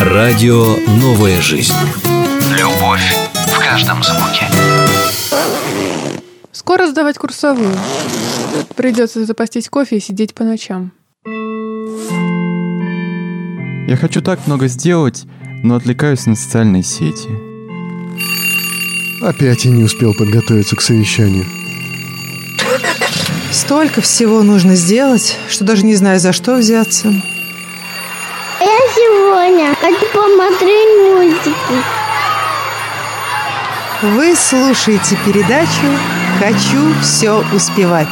Радио «Новая жизнь». Любовь в каждом звуке. Скоро сдавать курсовую. Придется запастись кофе и сидеть по ночам. Я хочу так много сделать, но отвлекаюсь на социальные сети. Опять я не успел подготовиться к совещанию. Столько всего нужно сделать, что даже не знаю, за что взяться. Я сегодня хочу посмотреть мультики. Вы слушаете передачу «Хочу все успевать».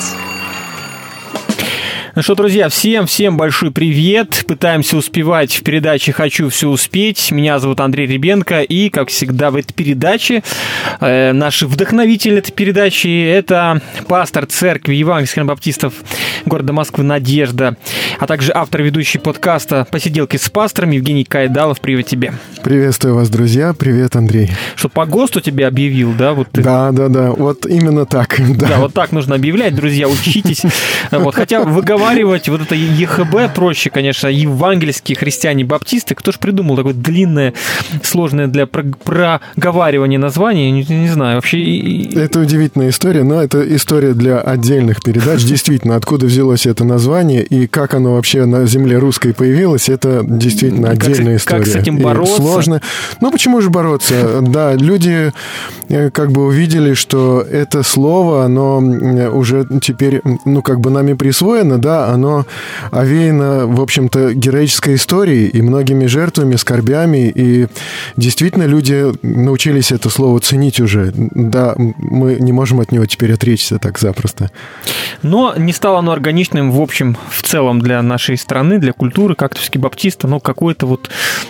Ну что, друзья, всем большой привет. Пытаемся успевать в передаче «Хочу все успеть». Меня зовут Андрей Ребенко. И, как всегда, в этой передаче наши вдохновители этой передачи — это пастор церкви евангельских баптистов города Москвы Надежда, а также автор и ведущий подкаста «Посиделки с пастором» Евгений Кайдалов. Привет тебе. Приветствую вас, друзья. Привет, Андрей. Что, по ГОСТу тебя объявил, да? Вот ты... Да. Вот именно так. Да, вот так нужно объявлять, друзья, учитесь. Вот, хотя выговаривать вот это ЕХБ проще, конечно, евангельские христиане-баптисты. Кто ж придумал такое длинное, сложное для проговаривания название? Не знаю, вообще... Это удивительная история, но это история для отдельных передач. Действительно, откуда взялось это название и как оно вообще на земле русской появилось, это действительно отдельная история. Как с этим бороться? Сложно. Ну, почему же бороться? Да, люди как бы увидели, что это слово, оно уже теперь, нами присвоено, да, оно овеяно, в общем-то, героической историей и многими жертвами, скорбями, и действительно люди научились это слово ценить уже. Да, мы не можем от него теперь отречься так запросто. Но не стало оно органичным, в общем, в целом для нашей страны, для культуры, кактовские баптисты, какое-то вот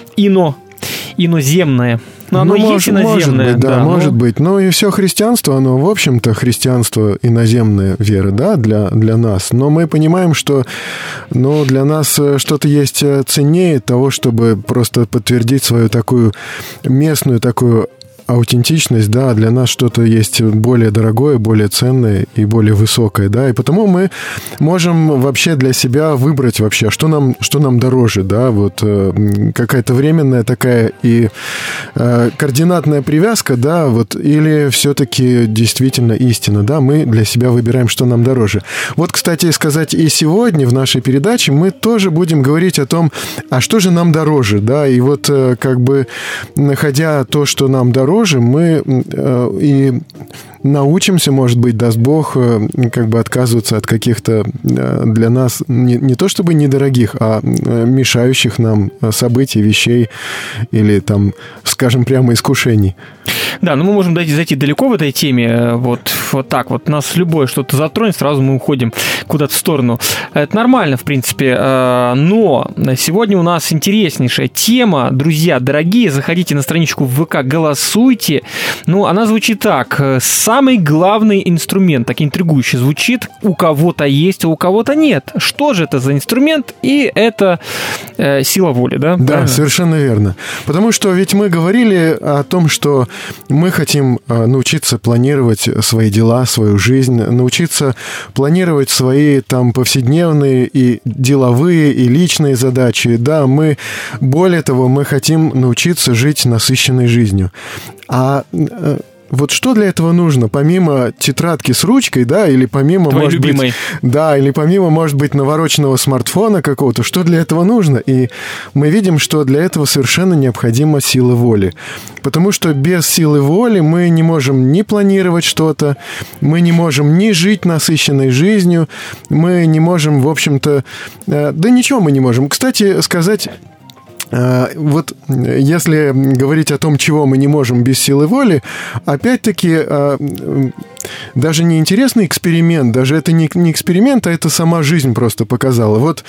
иноземное. Но оно есть иноземное. Может быть, да, может быть. Но и все христианство, оно, в общем-то, христианство иноземная вера, да, для нас. Но мы понимаем, что для нас что-то есть ценнее того, чтобы просто подтвердить свою такую местную, такую аутентичность, да, для нас что-то есть более дорогое, более ценное и более высокое, да, и потому мы можем вообще для себя выбрать вообще, что нам дороже, да, вот какая-то временная такая и координатная привязка, да, вот, или все-таки действительно истина, да, мы для себя выбираем, что нам дороже. Вот, кстати, сказать, и сегодня в нашей передаче мы тоже будем говорить о том, а что же нам дороже, да, и вот как бы находя то, что нам дороже, мы и научимся, может быть, даст Бог, как бы отказываться от каких-то для нас не то чтобы недорогих, а мешающих нам событий, вещей или там, скажем, прямо искушений. Да, но мы можем зайти далеко в этой теме, вот так вот. Нас любое что-то затронет, сразу мы уходим куда-то в сторону. Это нормально, в принципе, но сегодня у нас интереснейшая тема. Друзья, дорогие, заходите на страничку в ВК, голосуйте. Она звучит так. Самый главный инструмент, так интригующе звучит, у кого-то есть, а у кого-то нет. Что же это за инструмент? И это сила воли, да? Да, правильно? Совершенно верно. Потому что ведь мы говорили о том, что мы хотим научиться планировать свои дела, свою жизнь, научиться планировать свои там повседневные и деловые, и личные задачи. Да, более того, мы хотим научиться жить насыщенной жизнью. Вот что для этого нужно, помимо тетрадки с ручкой, да, или помимо, твоей любимой. Или помимо, может быть, навороченного смартфона какого-то, что для этого нужно? И мы видим, что для этого совершенно необходима сила воли. Потому что без силы воли мы не можем ни планировать что-то, мы не можем ни жить насыщенной жизнью, мы не можем, в общем-то, да ничего мы не можем. Кстати, сказать... Вот если говорить о том, чего мы не можем без силы воли, опять-таки даже не интересный эксперимент, даже это не эксперимент, а это сама жизнь просто показала. Вот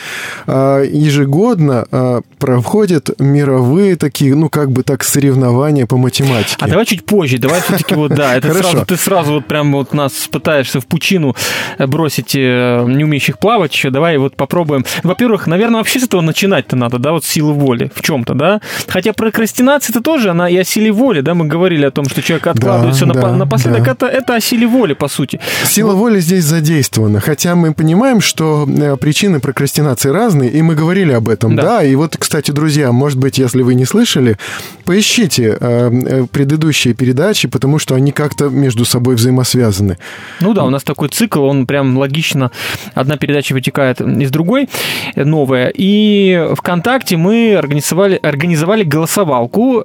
ежегодно проходят мировые такие, соревнования по математике. А давай чуть позже, давай все-таки ты сразу прям нас пытаешься в пучину бросить не умеющих плавать еще, давай попробуем. Во-первых, наверное, вообще с этого начинать-то надо, да, вот силы воли. В чем чем-то, да? Хотя прокрастинация это тоже, она и о силе воли, да, мы говорили о том, что человек откладывает все напоследок, это о силе воли, по сути. Сила воли здесь задействована, хотя мы понимаем, что причины прокрастинации разные, и мы говорили об этом, да, и вот, кстати, друзья, может быть, если вы не слышали, поищите предыдущие передачи, потому что они как-то между собой взаимосвязаны. Ну да, у нас такой цикл, он прям логично, одна передача вытекает из другой, новая, и ВКонтакте мы организовали голосовалку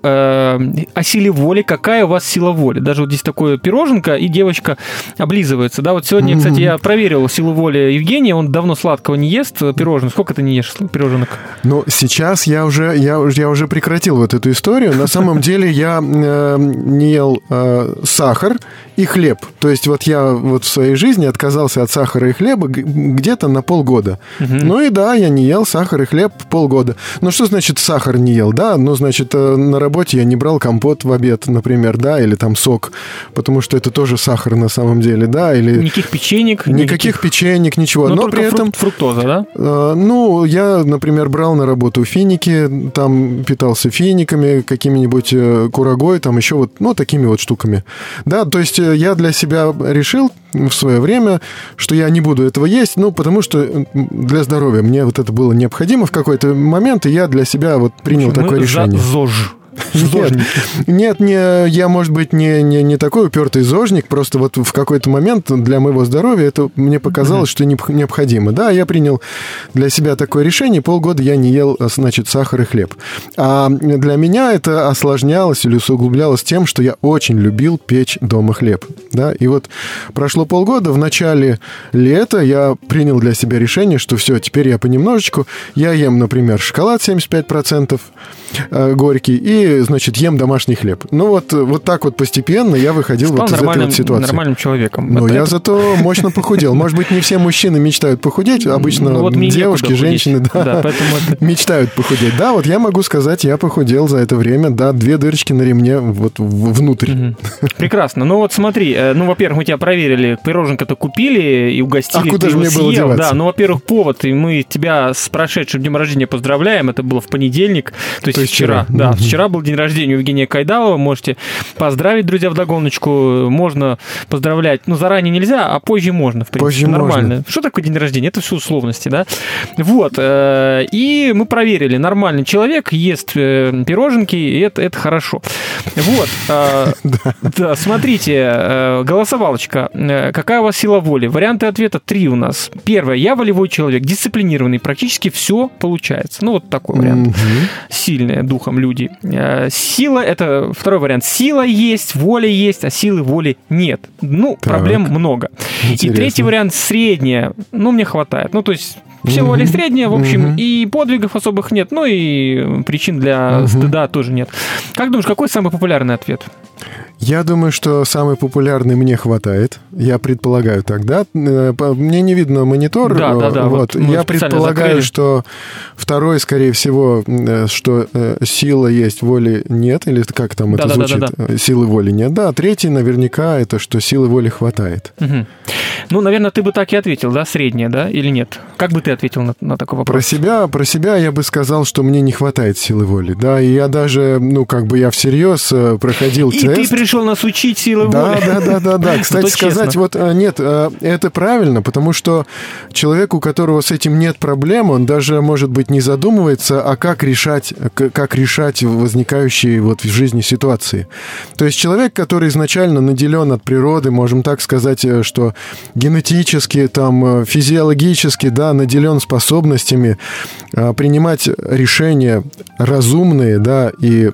о силе воли, какая у вас сила воли. Даже вот здесь такое пироженка, и девочка облизывается, да, вот сегодня, кстати, я проверил силу воли Евгения, он давно сладкого не ест, пирожных. Сколько ты не ешь пироженок? Ну, сейчас я уже прекратил вот эту историю. На самом деле я не ел сахар и хлеб. То есть вот я вот в своей жизни отказался от сахара и хлеба где-то на полгода. Ну и да, я не ел сахар и хлеб полгода. Ну что значит сахар не ел? Да, ну значит на работе я не брал компот в обед, например, да, или там сок, потому что это тоже сахар на самом деле, да, или... Никаких печенек? Никаких печенек, ничего. Но при этом... фруктоза, да? Ну, я, например, брал на работу финики, там питался финиками, какими-нибудь курагой, там еще вот, ну, такими вот штуками. Да, то есть я для себя решил в свое время, что я не буду этого есть, ну, потому что для здоровья мне вот это было необходимо в какой-то момент, и я для себя вот принял такое решение. ЗОЖ. Нет, я, может быть, не такой упертый зожник, просто вот в какой-то момент для моего здоровья это мне показалось, что необходимо. Да, я принял для себя такое решение, полгода я не ел, значит, сахар и хлеб. А для меня это осложнялось или усугублялось тем, что я очень любил печь дома хлеб. Да, и вот прошло полгода, в начале лета я принял для себя решение, что все, теперь я понемножечку, я ем, например, шоколад 75% горький и, значит, ем домашний хлеб. Ну вот так вот постепенно я выходил вот из этой вот ситуации. Нормальным человеком. Но я зато мощно похудел. Может быть, не все мужчины мечтают похудеть, обычно вот девушки, женщины, да, мечтают похудеть. Да, вот я могу сказать, я похудел за это время, да, 2 дырочки на ремне вот внутрь. Прекрасно. Ну вот смотри, ну, во-первых, мы тебя проверили, пироженка-то купили и угостили. А куда же мне было деваться? Да, ну, во-первых, повод, и мы тебя с прошедшим днем рождения поздравляем, это было в понедельник, то есть вчера. Да, вчера был день рождения у Евгения Кайдалова, можете поздравить, друзья, вдогоночку, можно поздравлять, ну, заранее нельзя, а позже можно, в принципе, позже нормально. Можно. Что такое день рождения? Это все условности, да? Вот, и мы проверили, нормальный человек ест пироженки, и это хорошо. Вот, да, смотрите, голосовалочка, какая у вас сила воли? Варианты ответа 3 у нас. Первое, я волевой человек, дисциплинированный, практически все получается. Ну, вот такой вариант. Сильные духом люди. Сила, это второй вариант. Сила есть, воля есть, а силы воли нет. Ну, так, проблем много. Интересно. И третий вариант средняя. Ну, мне хватает. Ну, то есть все воли средняя, в общем, и подвигов особых нет, ну и причин для стыда тоже нет. Как думаешь, какой самый популярный ответ? Я думаю, что самый популярный мне хватает. Я предполагаю так, да? Мне не видно монитор. Да. Вот. Я предполагаю, что второй, скорее всего, что сила есть, воли нет. Или как там это звучит? Да. Силы воли нет. Да, третий наверняка это, что силы воли хватает. Ну, наверное, ты бы так и ответил, да? Средняя, да? Или нет? Как бы ты ответил на такой вопрос? Про себя я бы сказал, что мне не хватает силы воли. Да, и я даже, ну, как бы я всерьез проходил тест. И ты пришел нас учить силы воли. Да. Кстати сказать, вот нет, это правильно, потому что человек, у которого с этим нет проблем, он даже, может быть, не задумывается, а как решать возникающие вот в жизни ситуации. То есть человек, который изначально наделен от природы, можем так сказать, что генетически, там, физиологически, да, наделен способностями принимать решения разумные, да, и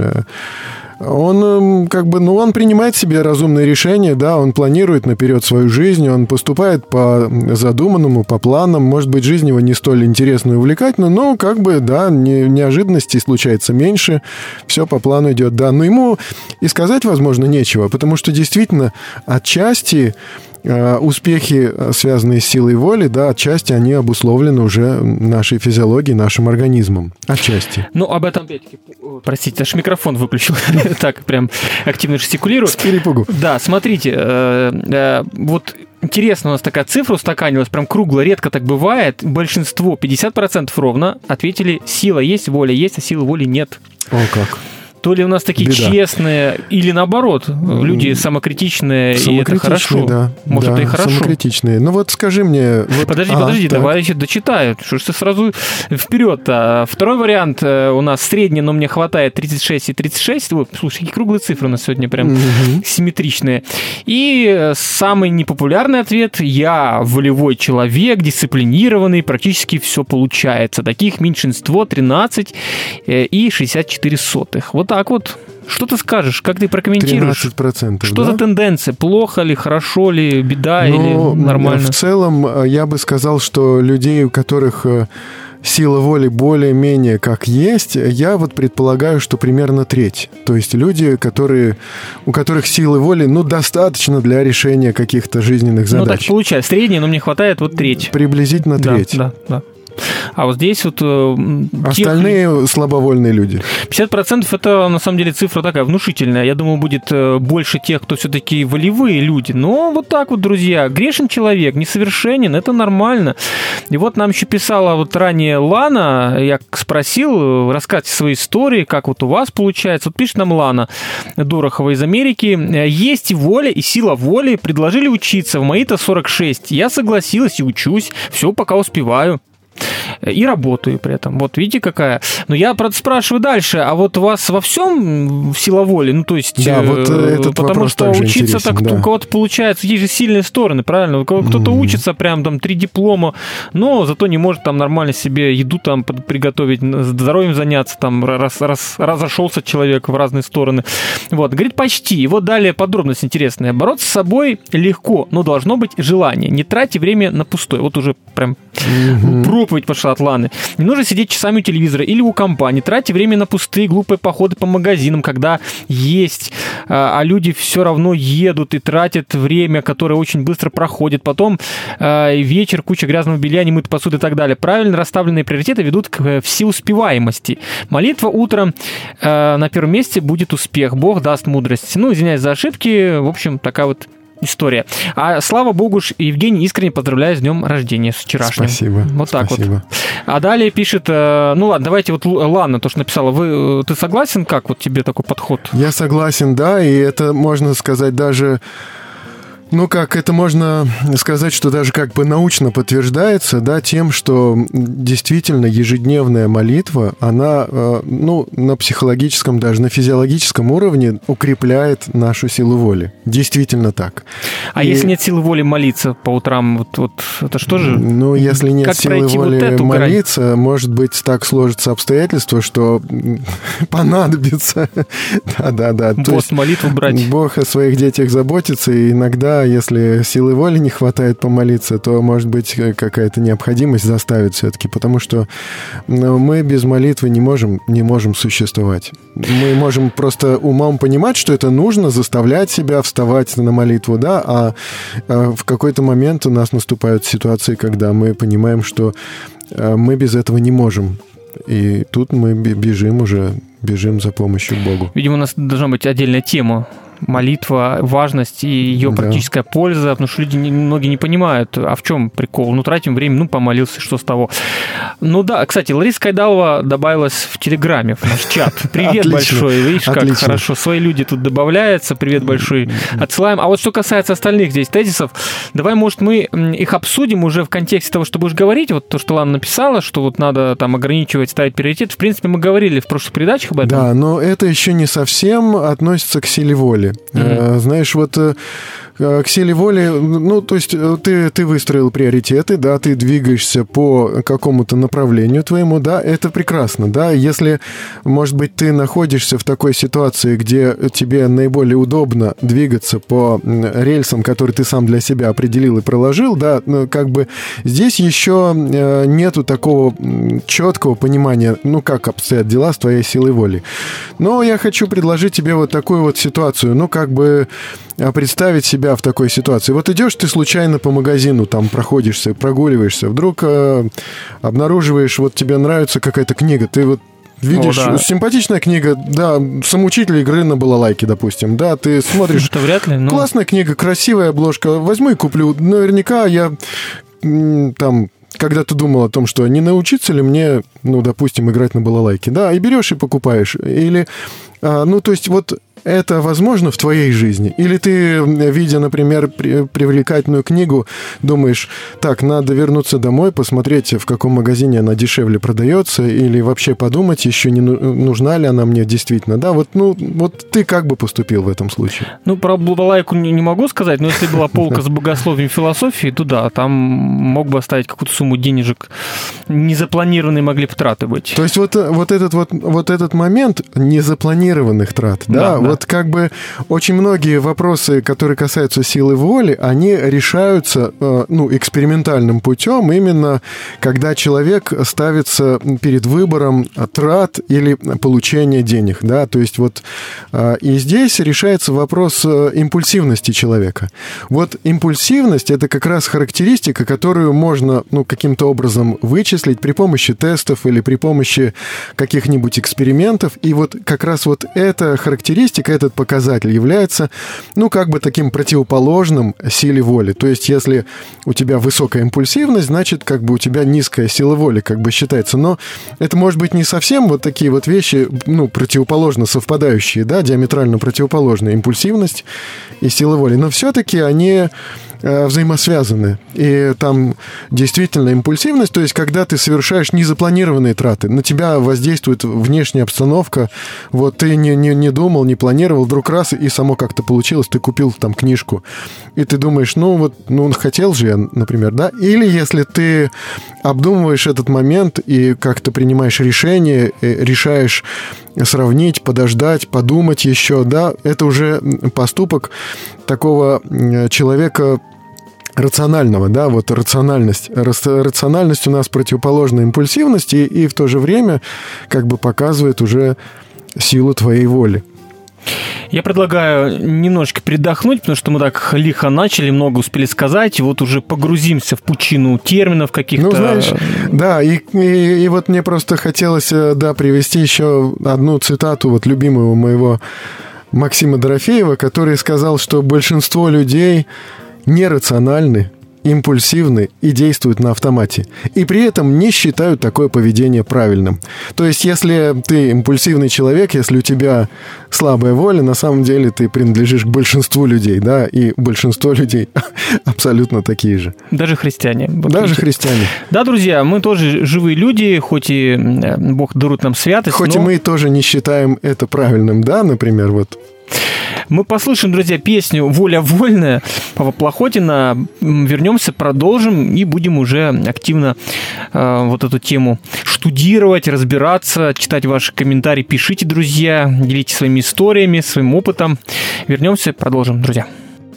он как бы, ну, он принимает себе разумные решения, да, он планирует наперед свою жизнь, он поступает по задуманному, по планам, может быть, жизнь его не столь интересна и увлекательна, но как бы, да, неожиданностей случается меньше, все по плану идет, да, но ему и сказать, возможно, нечего, потому что действительно отчасти успехи, связанные с силой воли, да, отчасти они обусловлены уже нашей физиологией, нашим организмом. Отчасти. Ну, об этом, опять-таки, простите, аж микрофон выключил. Так, прям активно жестикулирую. С перепугу. Да, смотрите, вот интересно, у нас такая цифра устаканилась, прям кругло, редко так бывает. Большинство, 50% ровно, ответили, сила есть, воля есть, а силы воли нет. О, как. То ли у нас такие Беда. честные, или наоборот, люди самокритичные, и это хорошо. Да. Может, да, это и хорошо. Самокритичные. Ну вот скажи мне... Вот... Подожди, так. давай еще дочитаю. Что ж ты сразу вперед-то? Второй вариант у нас средний, но мне хватает 36 и 36. Вот, слушай, какие круглые цифры у нас сегодня прям симметричные. И самый непопулярный ответ: я волевой человек, дисциплинированный, практически все получается. Таких меньшинство 13 и 64 сотых. Вот так вот. Что ты скажешь? Как ты прокомментируешь? 13%, Что да? за тенденция? Плохо ли, хорошо ли, беда или нормально? В целом, я бы сказал, что людей, у которых сила воли более-менее как есть, я вот предполагаю, что примерно треть. То есть люди, у которых силы воли, достаточно для решения каких-то жизненных задач. Ну, так получается. Средний, но мне хватает вот треть. Приблизительно треть. Да. А вот здесь вот... Остальные слабовольные люди. 50% это, на самом деле, цифра такая внушительная. Я думаю, будет больше тех, кто все-таки волевые люди. Но вот так вот, друзья, грешен человек, несовершенен, это нормально. И вот нам еще писала вот ранее Лана, я спросил, рассказывайте свои истории, как вот у вас получается. Вот пишет нам Лана Дорохова из Америки. Есть и воля, и сила воли. Предложили учиться. В мои-то 46. Я согласилась и учусь. Все, пока успеваю. И работаю при этом. Вот видите, какая. Но я, правда, спрашиваю дальше, а вот у вас во всем сила воли? Ну, то есть, да, вот этот потому что учиться так, да. у кого-то получается, есть же сильные стороны, правильно? Кто-то учится прям там 3 диплома, но зато не может там нормально себе еду там приготовить, здоровьем заняться, там разошелся человек в разные стороны. Вот, говорит, почти. И вот далее подробность интересная. Бороться с собой легко, но должно быть желание. Не тратьте время на пустое. Вот уже прям проповедь пошла от Ланы. Не нужно сидеть часами у телевизора или у компа. Не тратьте время на пустые глупые походы по магазинам, когда есть, а люди все равно едут и тратят время, которое очень быстро проходит. Потом вечер, куча грязного белья, немытой посуды и так далее. Правильно расставленные приоритеты ведут к всеуспеваемости. Молитва утром на первом месте будет успех. Бог даст мудрость. Ну, извиняюсь за ошибки. В общем, такая вот история. А слава богу, Евгений, искренне поздравляю с днем рождения, с вчерашним. Спасибо. Вот так спасибо. вот. А далее пишет, ну ладно, давайте вот Лана то, что написала. Ты согласен, как вот тебе такой подход? Я согласен, да, и это можно сказать даже... Ну, как это можно сказать, что даже как бы научно подтверждается, да, тем, что действительно ежедневная молитва, она, на психологическом, даже на физиологическом уровне укрепляет нашу силу воли. Действительно так. А если нет силы воли молиться по утрам, вот это что же? Ну, если нет силы воли вот молиться, грань? Может быть, так сложатся обстоятельства, что понадобится. Да. Пост, молитву брать. Бог о своих детях заботится, и иногда, если силы воли не хватает помолиться, то, может быть, какая-то необходимость заставит все-таки, потому что мы без молитвы не можем существовать. Мы можем просто умом понимать, что это нужно, заставлять себя вставать на молитву, да, а в какой-то момент у нас наступают ситуации, когда мы понимаем, что мы без этого не можем. И тут мы бежим за помощью к Богу. Видимо, у нас должна быть отдельная тема. Молитва, важность и ее практическая польза, потому что люди многие не понимают, а в чем прикол. Ну, тратим время, помолился, что с того. Ну да, кстати, Лариса Кайдалова добавилась в Телеграме, в наш чат. Привет большой, видишь, как хорошо. Свои люди тут добавляются, привет большой отсылаем. А вот что касается остальных здесь тезисов, давай, может, мы их обсудим уже в контексте того, что будешь говорить, вот то, что Лана написала, что вот надо там ограничивать, ставить приоритет. В принципе, мы говорили в прошлых передачах об этом. Да, но это еще не совсем относится к силе воли. Знаешь, вот к силе воли, ну, то есть ты выстроил приоритеты, да, ты двигаешься по какому-то направлению твоему, да, это прекрасно, да, если, может быть, ты находишься в такой ситуации, где тебе наиболее удобно двигаться по рельсам, которые ты сам для себя определил и проложил, да, как бы здесь еще нету такого четкого понимания, ну, как обстоят дела с твоей силой воли. Но я хочу предложить тебе вот такую вот ситуацию, ну, как бы представить себя в такой ситуации. Вот идешь ты случайно по магазину, там проходишься, прогуливаешься, вдруг обнаруживаешь, вот тебе нравится какая-то книга, ты вот видишь, О, да. симпатичная книга, да, самоучитель игры на балалайке, допустим, да, ты смотришь, Это вряд ли, но... классная книга, красивая обложка, возьму и куплю. Наверняка я там... Когда ты думал о том, что не научиться ли мне, ну, допустим, играть на балалайке, да, и берешь и покупаешь. Или, ну, то есть вот это возможно в твоей жизни? Или ты, видя, например, привлекательную книгу, думаешь, так, надо вернуться домой, посмотреть, в каком магазине она дешевле продается, или вообще подумать, еще не нужна ли она мне действительно, да? Вот, ну, вот ты как бы поступил в этом случае? Ну, про балалайку не могу сказать, но если была полка с богословием и философией, то да, там мог бы оставить какую-то сумму денежек, незапланированные могли бы траты быть. То есть вот этот момент незапланированных трат, да, вот как бы очень многие вопросы, которые касаются силы воли, они решаются, ну, экспериментальным путем, именно когда человек ставится перед выбором трат или получения денег, да, то есть вот и здесь решается вопрос импульсивности человека. Вот импульсивность — это как раз характеристика, которую можно, ну, каким-то образом вычислить при помощи тестов или при помощи каких-нибудь экспериментов, и вот как раз вот эта характеристика, этот показатель является, ну, как бы таким противоположным силе воли. То есть, если у тебя высокая импульсивность, значит, как бы у тебя низкая сила воли, как бы считается. Но это может быть не совсем вот такие вот вещи, ну, противоположно совпадающие, да, диаметрально противоположные, импульсивность и сила воли. Но все-таки они взаимосвязаны. И там действительно импульсивность, то есть когда ты совершаешь незапланированные траты, на тебя воздействует внешняя обстановка, вот ты не думал, не планировал, вдруг раз, и само как-то получилось, ты купил там книжку, и ты думаешь, ну вот, ну хотел же я, например, да, или если ты обдумываешь этот момент и как-то принимаешь решение, решаешь сравнить, подождать, подумать еще, да, это уже поступок такого человека рационального, да, вот рациональность. Рациональность у нас противоположна импульсивности и в то же время как бы показывает уже силу твоей воли. Я предлагаю немножечко передохнуть, потому что мы так лихо начали, много успели сказать, и вот уже погрузимся в пучину терминов каких-то. Ну, знаешь, да, и вот мне просто хотелось, да, привести еще одну цитату вот любимого моего Максима Дорофеева, который сказал, что большинство людей нерациональны, импульсивны и действуют на автомате. И при этом не считают такое поведение правильным. То есть, если ты импульсивный человек, если у тебя слабая воля, на самом деле ты принадлежишь к большинству людей, да, и большинство людей абсолютно такие же. Даже христиане. Даже христиане. Да, друзья, мы тоже живые люди, хоть и Бог дарует нам святость, хоть и мы тоже не считаем это правильным, да, например, вот. Мы послушаем, друзья, песню «Воля вольная» Павла Плохотина. Вернемся, продолжим и будем уже активно вот эту тему штудировать, разбираться, читать ваши комментарии. Пишите, друзья, делитесь своими историями, своим опытом. Вернемся, продолжим, друзья.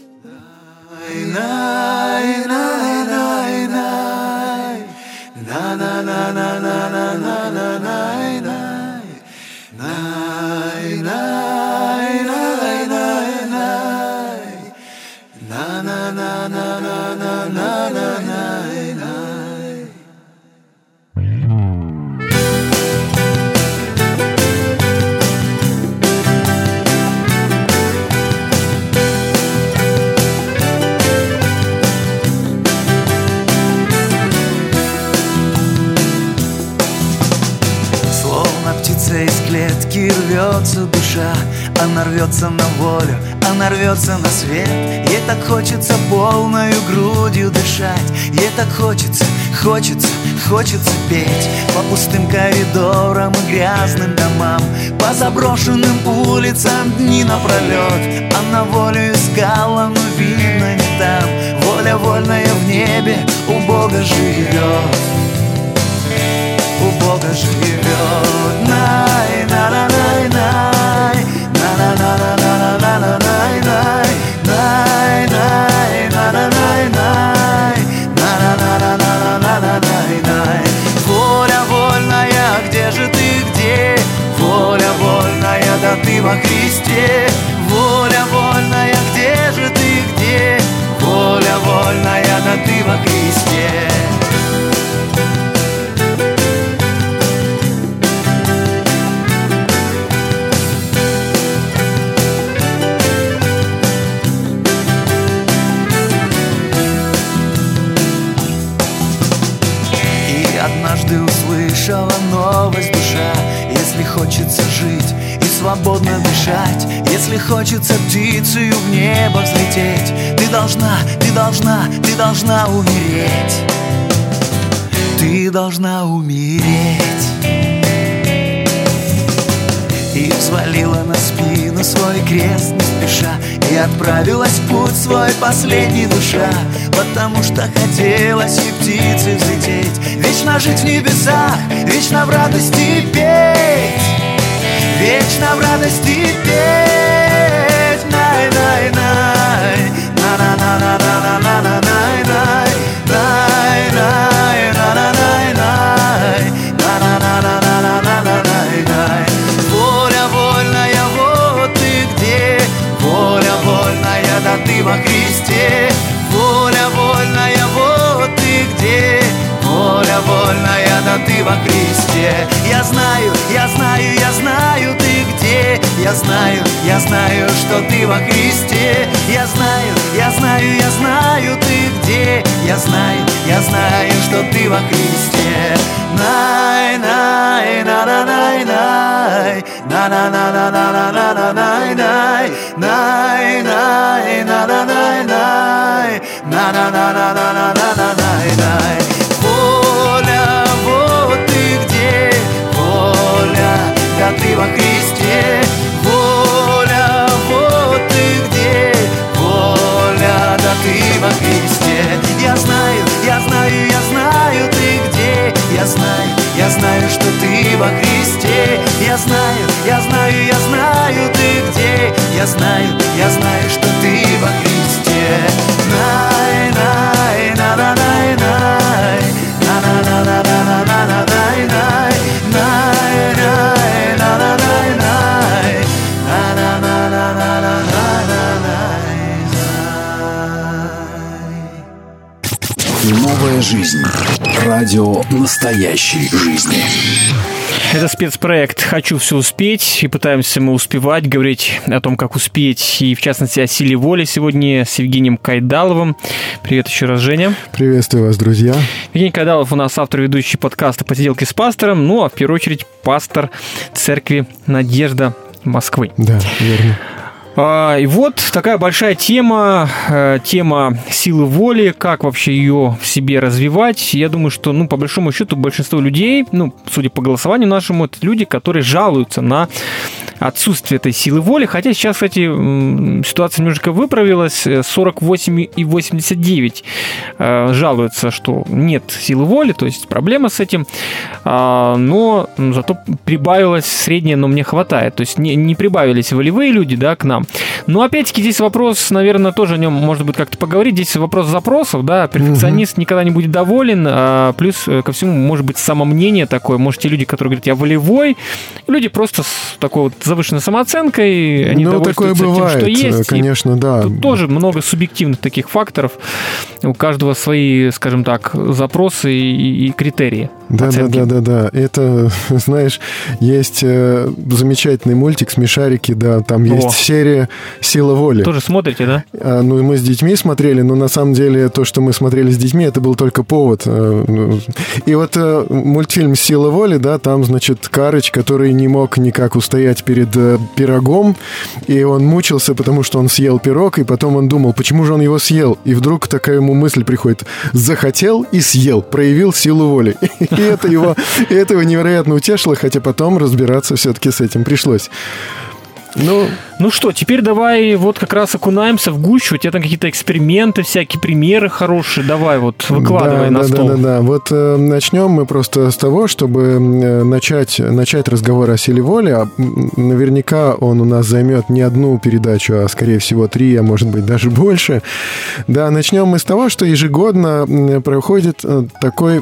Из клетки рвется душа, она рвется на волю, она рвется на свет. Ей так хочется полною грудью дышать, ей так хочется петь. По пустым коридорам и грязным домам, по заброшенным улицам дни напролет. Она волю искала, но видно не там. Воля вольная в небе у Бога живет, у Бога живет. Най, на на най, най, на на на на на на на най, най, най, най, на на най, най, на на на на на на на най, най. Воля вольная, где же ты, где? Воля вольная, да ты во Христе. Воля вольная, где же ты, где? Воля вольная, да ты во Христе. свободно дышать. Если хочется птицею в небо взлететь, ты должна умереть. Ты должна умереть. И взвалила на спину свой крест не спеша, и отправилась в путь свой последний душа, потому что хотелось и птицей взлететь, вечно жить в небесах, вечно в радости петь, вечно в радости петь. Най-най-най, на-на-на-на-на-на-на-най-най, най-най, на-на-най-най, на-на-на-на-на-на-най-най. Воля вольная, вот ты где, воля вольная, да ты во Христе. Воля вольная, вот ты где, воля вольная, да ты во Христе. Я знаю, ты где, я знаю, что ты во Христе. Я знаю, ты где, я знаю, что ты во Христе. Най-най, на-на-най-най, на-на-на-на-на-на-на-най-най, най-най, на-на-най-най, на-на-на-на-на-на-на-най-най. Воля, вот ты где, воля, да ты во Христе. Воля, вот ты где, воля, да ты во Христе. Я знаю, ты где, я знаю, что ты во Христе. Я знаю, ты где, я знаю, что ты во Христе. Най-най, на-на-най-най, на-на-на-на-на-на-най-най, най-най, на-на-най-най, на-на-на-на-на-най-най. Новая жизнь. Радио настоящей жизни. Это спецпроект «Хочу все успеть», и пытаемся мы успевать, говорить о том, как успеть, и в частности о силе воли сегодня с Евгением Кайдаловым. Привет еще раз, Женя. Приветствую вас, друзья. Евгений Кайдалов у нас автор, ведущий подкаста «Посиделки с пастором», ну а в первую очередь пастор церкви «Надежда» Москвы. Да, верно. И вот такая большая тема силы воли, как вообще ее в себе развивать. Я думаю, что, по большому счету, большинство людей, судя по голосованию нашему, это люди, которые жалуются на отсутствие этой силы воли. Хотя сейчас, кстати, ситуация немножко выправилась. 48,89 жалуются, что нет силы воли, то есть проблема с этим. Но зато прибавилось среднее, но мне хватает. То есть не прибавились волевые люди, да, к нам. Но опять-таки здесь вопрос, наверное, тоже о нем можно будет как-то поговорить. Здесь вопрос запросов, да, перфекционист никогда не будет доволен, плюс ко всему может быть самомнение такое. Может, те люди, которые говорят, я волевой, люди просто с такой вот завышенной самооценкой, они довольствуются тем, что есть. Конечно, да. Тут тоже много субъективных таких факторов. У каждого свои, скажем так, запросы и критерии. Да. Это, знаешь, есть замечательный мультик «Смешарики», да, там есть серия «Сила воли». Тоже смотрите, да? Мы с детьми смотрели, но на самом деле то, что мы смотрели с детьми, это был только повод. И вот мультфильм «Сила воли», да, там, значит, Карыч, который не мог никак устоять перед пирогом, и он мучился, потому что он съел пирог, и потом он думал, почему же он его съел? И вдруг такая ему мысль приходит: захотел и съел, проявил силу воли. И это его невероятно утешило, хотя потом разбираться все-таки с этим пришлось. Ну что, теперь давай вот как раз окунаемся в гущу. У тебя там какие-то эксперименты, всякие примеры хорошие. Давай вот выкладывай на стол. Да. Вот начнем мы просто с того, чтобы начать разговор о силе воли. Наверняка он у нас займет не одну передачу, а скорее всего 3, а может быть даже больше. Да, начнем мы с того, что ежегодно проходит такой...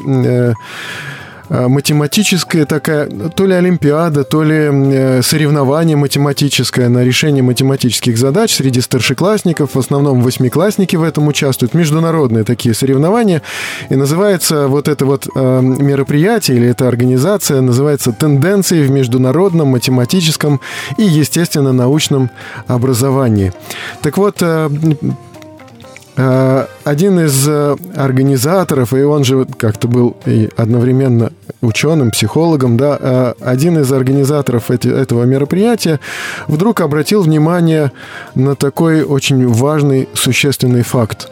математическая такая, то ли олимпиада, то ли соревнование математическое на решение математических задач среди старшеклассников, в основном 8-классники в этом участвуют, международные такие соревнования, и называется вот это вот мероприятие, или эта организация, называется «Тенденции в международном математическом и, естественно, научном образовании». Так вот, один из организаторов, и он же как-то был и одновременно ученым, психологом, да, один из организаторов этого мероприятия вдруг обратил внимание на такой очень важный, существенный факт.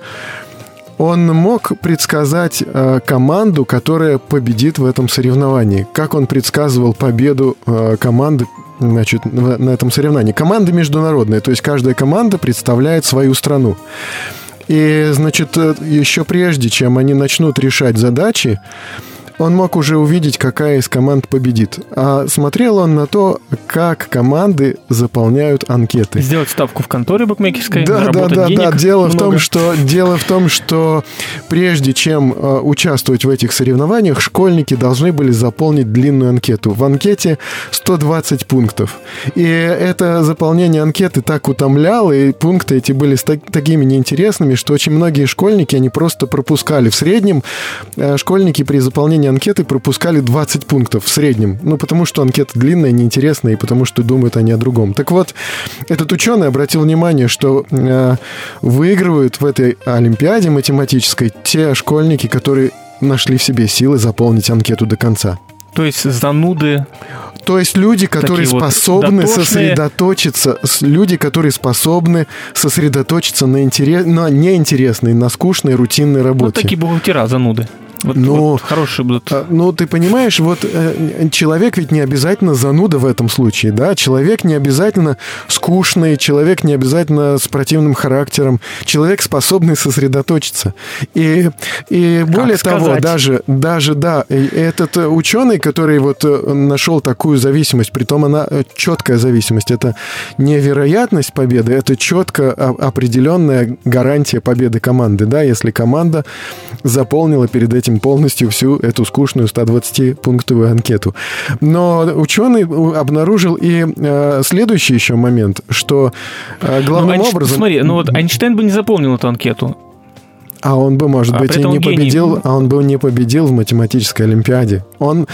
Он мог предсказать команду, которая победит в этом соревновании. Как он предсказывал победу команды, значит, на этом соревновании? Команда международная, то есть каждая команда представляет свою страну. И, значит, еще прежде, чем они начнут решать задачи, он мог уже увидеть, какая из команд победит. А смотрел он на то, как команды заполняют анкеты. Сделать ставку в конторе букмекерской, да. Дело в том, что прежде чем участвовать в этих соревнованиях, школьники должны были заполнить длинную анкету. В анкете 120 пунктов. И это заполнение анкеты так утомляло, и пункты эти были такими неинтересными, что очень многие школьники, они просто пропускали. В среднем школьники при заполнении анкеты пропускали 20 пунктов в среднем. Ну, потому что анкета длинная, неинтересная, и потому что думают они о другом. Так вот, этот ученый обратил внимание, что выигрывают в этой олимпиаде математической те школьники, которые нашли в себе силы заполнить анкету до конца. То есть зануды... То есть люди, которые способны сосредоточиться, люди, которые способны сосредоточиться на неинтересной, на скучной, рутинной работе. Вот такие бухгалтера, зануды. Вот хорошие будут. Ну, ты понимаешь, человек ведь не обязательно зануда в этом случае, да? Человек не обязательно скучный, человек не обязательно с противным характером, человек, способный сосредоточиться. И более того, даже этот ученый, который нашел такую зависимость, притом она четкая зависимость, это не вероятность победы, это четко определенная гарантия победы команды, да, если команда заполнила перед этим полностью всю эту скучную 120-пунктовую анкету. Но ученый обнаружил и следующий еще момент, что главным образом... Смотри, Эйнштейн бы не заполнил эту анкету. А он бы, может быть, и не победил, не победил в математической олимпиаде. Он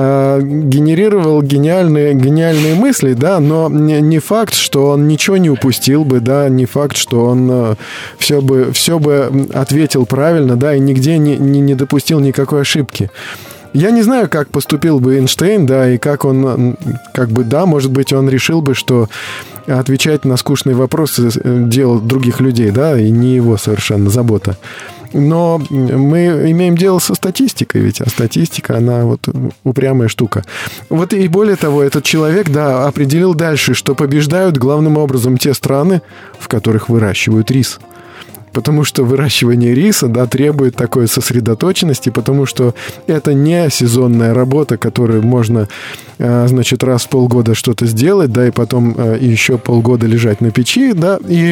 генерировал гениальные мысли, да, но не факт, что он ничего не упустил бы, да, не факт, что он все бы ответил правильно, да, и нигде не допустил никакой ошибки. Я не знаю, как поступил бы Эйнштейн, да, и как он, может быть, он решил бы, что отвечать на скучные вопросы дело других людей, да, и не его совершенно забота. Но мы имеем дело со статистикой, ведь, а статистика, она упрямая штука. И более того, этот человек, да, определил дальше, что побеждают главным образом те страны, в которых выращивают рис. Потому что выращивание риса, да, требует такой сосредоточенности, потому что это не сезонная работа, которую можно, значит, раз в полгода что-то сделать, да, и потом еще полгода лежать на печи, да, и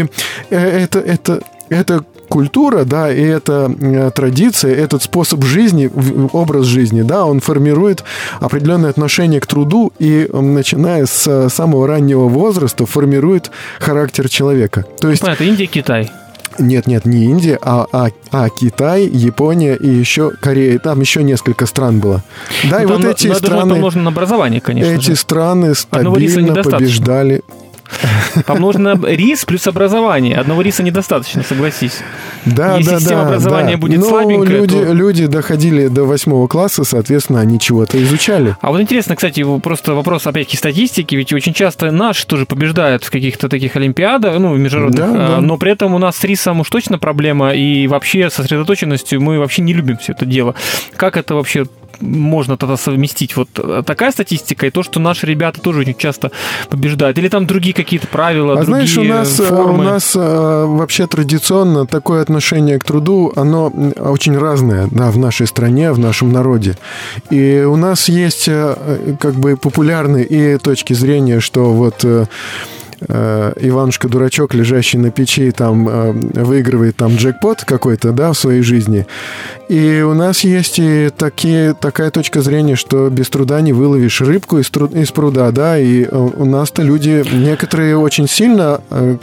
это культура, да, и эта традиция, этот способ жизни, образ жизни, да, он формирует определенное отношение к труду и, начиная с самого раннего возраста, формирует характер человека. То есть... Понятно, Индия, Китай. Нет, не Индия, а Китай, Япония и еще Корея. Там еще несколько стран было. Да, и эти страны... Помножено на образование, конечно. Эти страны стабильно побеждали... Помножено рис плюс образование. Одного риса недостаточно, согласись. Если система образования будет слабенькая, люди доходили до 8 класса, соответственно, они чего-то изучали. А интересно, кстати, просто вопрос, опять-таки, статистики, ведь очень часто наши тоже побеждают в каких-то таких олимпиадах, международных, но при этом у нас с рисом уж точно проблема, и вообще сосредоточенностью мы вообще не любим все это дело. Как это вообще можно тогда совместить? Такая статистика и то, что наши ребята тоже очень часто побеждают? Или там другие какие-то правила, другие знаешь, у нас вообще традиционно такое отношение к труду, оно очень разное, да, в нашей стране, в нашем народе. И у нас есть популярные и точки зрения, что Иванушка-дурачок, лежащий на печи, там выигрывает там джекпот какой-то, да, в своей жизни. И у нас есть и такая точка зрения, что без труда не выловишь рыбку из пруда, да, и у нас-то люди, некоторые очень сильно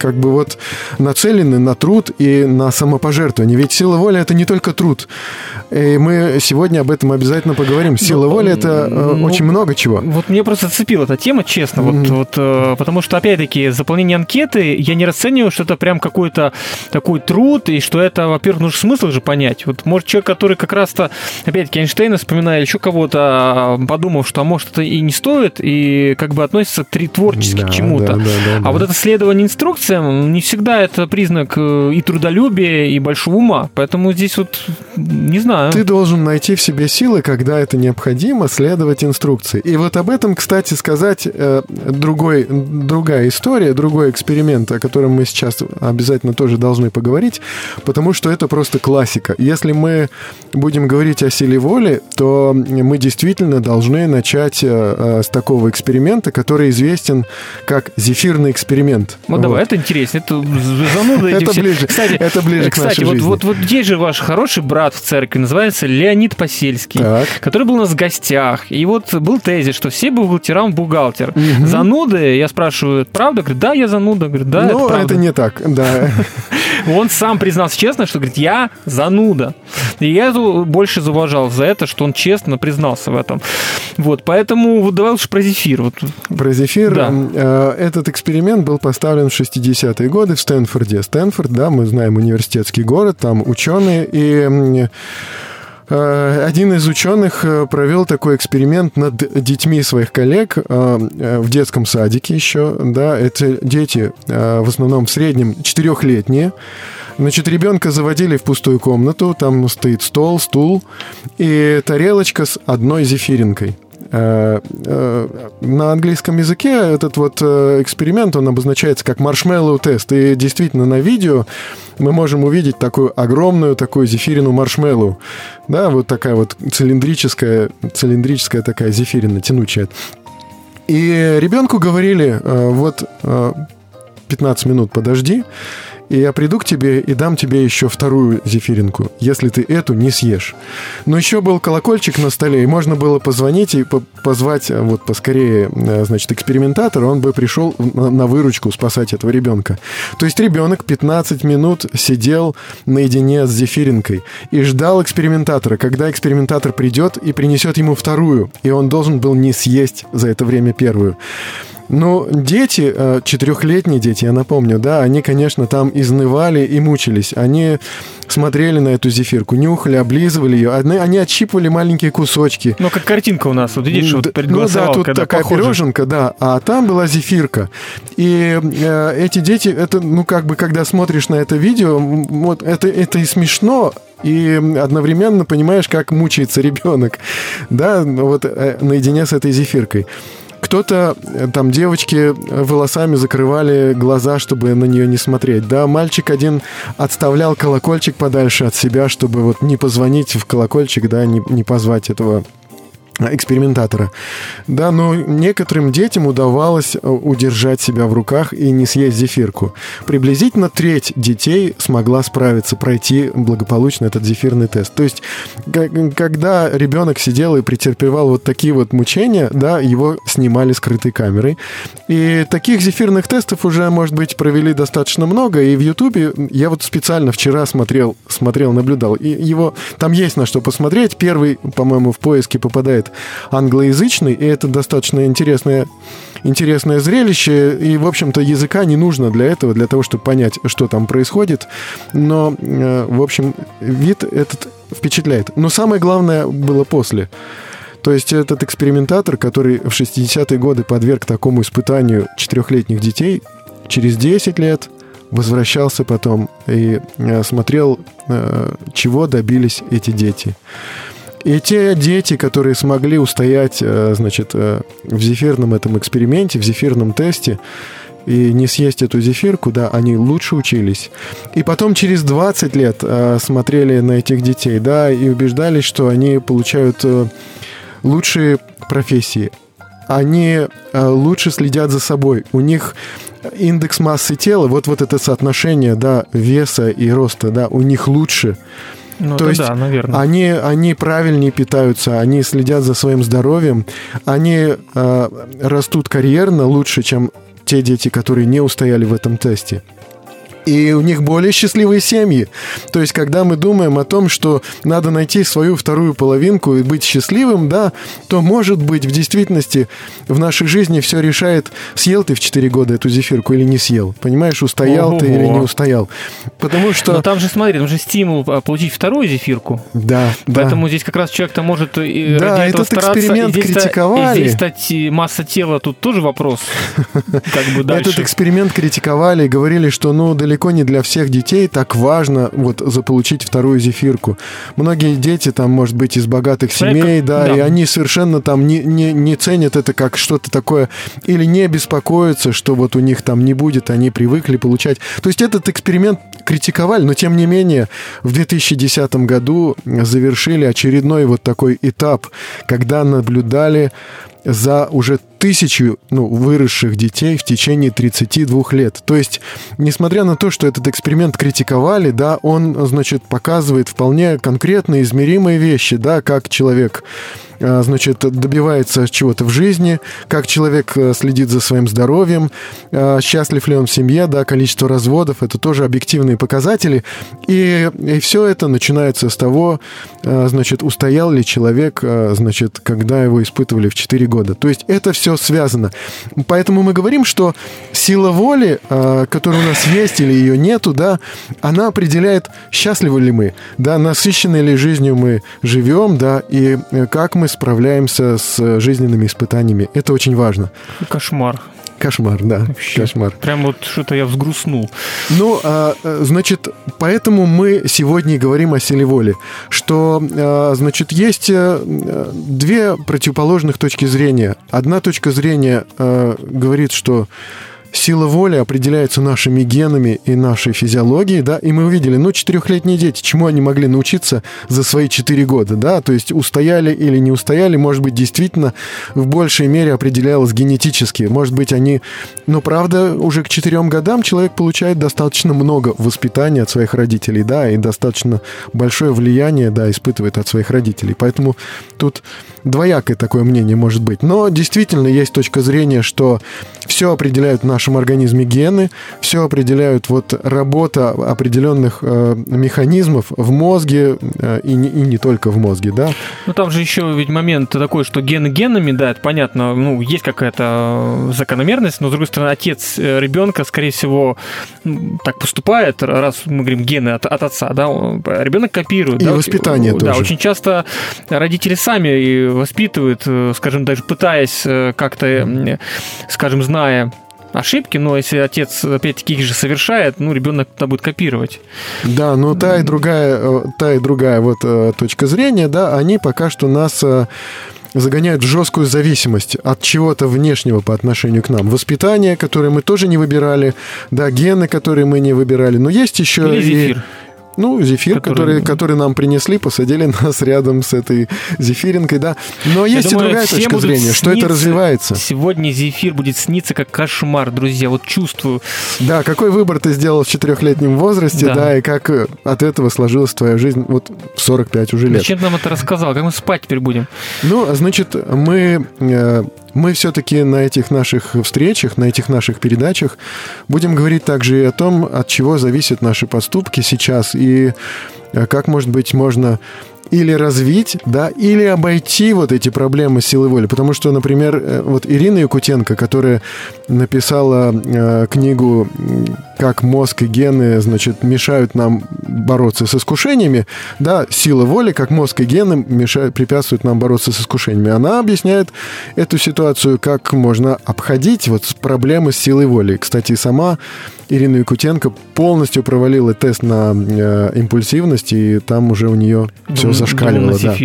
нацелены на труд и на самопожертвование. Ведь сила воли — это не только труд. И мы сегодня об этом обязательно поговорим. Сила воли — это очень много чего. Мне просто зацепила эта тема, честно, потому что, опять-таки, все-таки заполнение анкеты я не расцениваю, что это прям какой-то такой труд, и что это, во-первых, нужно смысл же понять. Вот может человек, который как раз-то, опять-таки, Эйнштейна вспоминая, еще кого-то, подумав, что, может, это и не стоит, и как бы относится творчески к чему-то. А вот это следование инструкциям не всегда это признак и трудолюбия, и большого ума. Поэтому здесь вот не знаю. Ты должен найти в себе силы, когда это необходимо, следовать инструкции. И вот об этом, кстати, сказать другая история, другой эксперимент, о котором мы сейчас обязательно тоже должны поговорить, потому что это просто классика. Если мы будем говорить о силе воли, то мы действительно должны начать с такого эксперимента, который известен как зефирный эксперимент. Вот давай, это интересно. Это зануда эти все. Это ближе к нашей жизни. Вот есть же ваш хороший брат в церкви, называется Леонид Посельский, который был у нас в гостях. И вот был тезис, что все бухгалтерам бухгалтер. Зануды, я спрашиваю, правда? Говорит, да, я зануда. Говорит, да, это правда. Это не так, да. Он сам признался честно, что, говорит, я зануда. И я его больше зауважал за это, что он честно признался в этом. Вот, поэтому вот давай лучше про зефир. Вот. Про зефир. Да. Этот эксперимент был поставлен в 60-е годы в Стэнфорде. Стэнфорд, да, мы знаем, университетский город, там ученые, и один из ученых провел такой эксперимент над детьми своих коллег в детском садике еще, да, это дети в основном в среднем 4-летние. Значит, ребенка заводили в пустую комнату, там стоит стол, стул и тарелочка с одной зефиринкой. На английском языке этот вот эксперимент, он обозначается как маршмеллоу-тест. И действительно на видео мы можем увидеть такую огромную такую зефирину маршмеллоу. Да, вот такая вот цилиндрическая такая зефирина, тянучая. И ребенку говорили, вот 15 минут подожди, и я приду к тебе и дам тебе еще вторую зефиринку, если ты эту не съешь. Но еще был колокольчик на столе, и можно было позвонить и позвать вот поскорее, значит, экспериментатора, он бы пришел на выручку спасать этого ребенка. То есть ребенок 15 минут сидел наедине с зефиринкой и ждал экспериментатора, когда экспериментатор придет и принесет ему вторую, и он должен был не съесть за это время первую. Ну, дети, 4-летние дети, я напомню, да, они, конечно, там изнывали и мучились. Они смотрели на эту зефирку, нюхали, облизывали ее. Они отщипывали маленькие кусочки. Ну, как картинка у нас, вот видишь, вот перед голосовалкой. Ну, да, тут такая похоже. Пироженка, да, а там была зефирка. И эти дети, это, ну, как бы, когда смотришь на это видео, вот это и смешно, и одновременно понимаешь, как мучается ребенок, да, вот наедине с этой зефиркой. Кто-то, там, девочки волосами закрывали глаза, чтобы на нее не смотреть. Да, мальчик один отставлял колокольчик подальше от себя, чтобы вот не позвонить в колокольчик, да, не позвать этого экспериментатора. Да, но некоторым детям удавалось удержать себя в руках и не съесть зефирку. Приблизительно треть детей смогла справиться, пройти благополучно этот зефирный тест. То есть, когда ребенок сидел и претерпевал вот такие вот мучения, да, его снимали скрытой камерой. И таких зефирных тестов уже, может быть, провели достаточно много. И в Ютубе я вот специально вчера смотрел, наблюдал. И его там есть на что посмотреть. Первый, по-моему, в поиске попадает англоязычный, и это достаточно интересное зрелище, и, в общем-то, языка не нужно для этого, для того, чтобы понять, что там происходит, но, в общем, вид этот впечатляет. Но самое главное было после. То есть этот экспериментатор, который в 60-е годы подверг такому испытанию 4-летних детей, через 10 лет возвращался потом и смотрел, чего добились эти дети. И те дети, которые смогли устоять, значит, в зефирном этом эксперименте, в зефирном тесте и не съесть эту зефирку, да, они лучше учились. И потом через 20 лет смотрели на этих детей, да, и убеждались, что они получают лучшие профессии. Они лучше следят за собой. У них индекс массы тела, вот это соотношение, да, веса и роста, да, у них лучше. Ну, то есть да, наверное. Они правильнее питаются, они следят за своим здоровьем, они растут карьерно лучше, чем те дети, которые не устояли в этом тесте. и у них более счастливые семьи. То есть, когда мы думаем о том, что надо найти свою вторую половинку и быть счастливым, да, то, может быть, в действительности в нашей жизни все решает, съел ты в 4 года эту зефирку или не съел. Понимаешь, устоял ты или не устоял. Потому что... Но там же, смотри, там же стимул получить вторую зефирку. Да. Поэтому здесь как раз человек-то может и да, ради этого этот стараться. Эксперимент критиковали. И здесь, кстати, масса тела, тут тоже вопрос. Как бы дальше. Этот эксперимент критиковали и говорили, что, далеко не для всех детей так важно вот заполучить вторую зефирку. Многие дети там, может быть, из богатых семей, да, и они совершенно там не ценят это как что-то такое, или не беспокоятся, что вот у них там не будет, они привыкли получать. То есть этот эксперимент критиковали, но тем не менее в 2010 году завершили очередной вот такой этап, когда наблюдали за уже 1000 выросших детей в течение 32 лет. То есть, несмотря на то, что этот эксперимент критиковали, да, он, значит, показывает вполне конкретные, измеримые вещи, да, как человек, значит, добивается чего-то в жизни, как человек следит за своим здоровьем, счастлив ли он в семье, да, количество разводов, это тоже объективные показатели. И все это начинается с того, значит, устоял ли человек, значит, когда его испытывали в 4 года. То есть это все связано. Поэтому мы говорим, что сила воли, которая у нас есть или ее нету, да, она определяет, счастливы ли мы, да, насыщенной ли жизнью мы живем, да, и как мы справляемся с жизненными испытаниями. Это очень важно. Кошмар. Кошмар, да. Вообще. Кошмар. Прям вот что-то я взгрустнул. Значит, поэтому мы сегодня и говорим о силе воли, что, значит, есть 2 противоположных точки зрения. Одна точка зрения говорит, что сила воли определяется нашими генами и нашей физиологией, да, и мы увидели, 4-летние дети, чему они могли научиться за свои 4 года, да, то есть устояли или не устояли, может быть, действительно в большей мере определялось генетически, может быть, они, правда, уже к 4 годам человек получает достаточно много воспитания от своих родителей, да, и достаточно большое влияние, да, испытывает от своих родителей, поэтому тут двоякое такое мнение может быть, но действительно есть точка зрения, что все определяют в нашем организме гены, все определяют вот работа определенных механизмов в мозге и не только в мозге, да. Там же еще ведь момент такой, что гены генами, да, это понятно, есть какая-то закономерность, но, с другой стороны, отец ребенка, скорее всего, так поступает, раз мы говорим гены от отца, да, ребенок копирует. И да, воспитание тоже. Да, очень часто родители сами и воспитывают, скажем, даже пытаясь как-то, скажем, зная ошибки, но если отец опять-таки их же совершает, ребенок это будет копировать. Да, но та и другая вот точка зрения, да, они пока что нас загоняют в жесткую зависимость от чего-то внешнего по отношению к нам. Воспитание, которое мы тоже не выбирали, да, гены, которые мы не выбирали, но есть еще или зефир. Зефир, который нам принесли, посадили нас рядом с этой зефиринкой, да. Но есть и другая точка зрения, что это развивается. Сегодня зефир будет сниться как кошмар, друзья, вот чувствую. Да, какой выбор ты сделал в 4-летнем возрасте, да, и как от этого сложилась твоя жизнь вот в 45 уже лет. Зачем ты нам это рассказал? Как мы спать теперь будем? Значит, мы все-таки на этих наших встречах, на этих наших передачах будем говорить также и о том, от чего зависят наши поступки сейчас, и как, может быть, можно или развить, да, или обойти вот эти проблемы силы воли. Потому что, например, вот Ирина Якутенко, которая написала книгу «Как мозг и гены, значит, мешают нам бороться с искушениями», да, «Сила воли, как мозг и гены препятствуют нам бороться с искушениями». Она объясняет эту ситуацию, как можно обходить вот проблемы с силой воли. Кстати, сама Ирина Якутенко полностью провалила тест на импульсивность, и там уже у нее все зашкаливало. Да.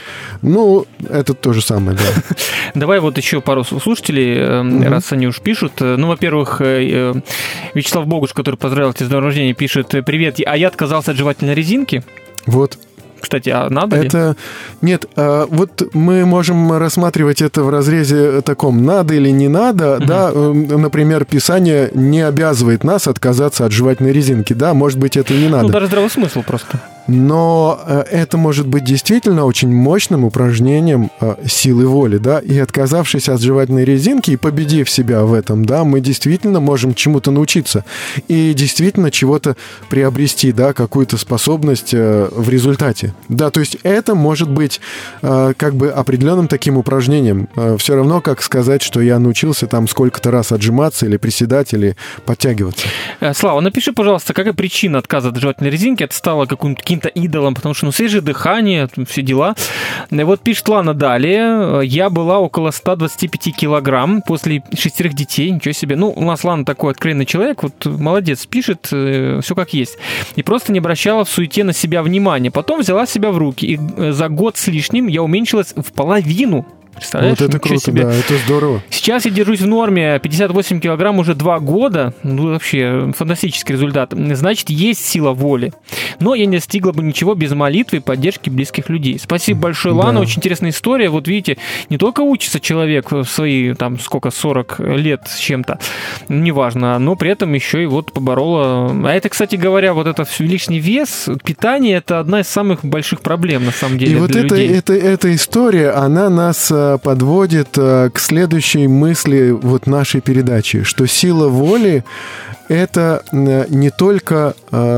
Это то же самое, да. Давай вот еще пару слушателей, раз они уж пишут. Во-первых, Вячеслав Богуш, который поздравил тебя с днем рождения, пишет: «Привет, а я отказался от жевательной резинки». Вот. Кстати, а надо ли? Нет, вот мы можем рассматривать это в разрезе таком, надо или не надо, да, например, Писание не обязывает нас отказаться от жевательной резинки, да, может быть, это и не надо. Даже здравый смысл просто. Но это может быть действительно очень мощным упражнением силы воли, да, и отказавшись от жевательной резинки и победив себя в этом, да, мы действительно можем чему-то научиться и действительно чего-то приобрести, да, какую-то способность в результате. Да, то есть это может быть как бы определенным таким упражнением. Все равно, как сказать, что я научился там сколько-то раз отжиматься или приседать, или подтягиваться. Слава, напиши, пожалуйста, какая причина отказа от жевательной резинки? Это стало каким-то идолом, потому что, свежее дыхание, все дела. Вот пишет Лана далее. Я была около 125 килограмм после 6 детей. Ничего себе. У нас Лана такой откровенный человек. Вот молодец, пишет, все как есть. И просто не обращала в суете на себя внимания. Потом взяла себя в руки. И за год с лишним я уменьшилась в половину. Представляешь? Вот это круто, себе. Да, это здорово. Сейчас я держусь в норме, 58 килограмм уже 2 года. Вообще фантастический результат. Значит, есть сила воли. Но я не достигла бы ничего без молитвы и поддержки близких людей. Спасибо большое, Лана. Да. Очень интересная история. Вот видите, не только учится человек в свои, 40 лет с чем-то, неважно, но при этом еще и вот поборола. А это, кстати говоря, вот этот лишний вес, питание, это одна из самых больших проблем, на самом деле, и вот для людей. Эта история, она нас подводит к следующей мысли вот нашей передачи, что сила воли — это не только,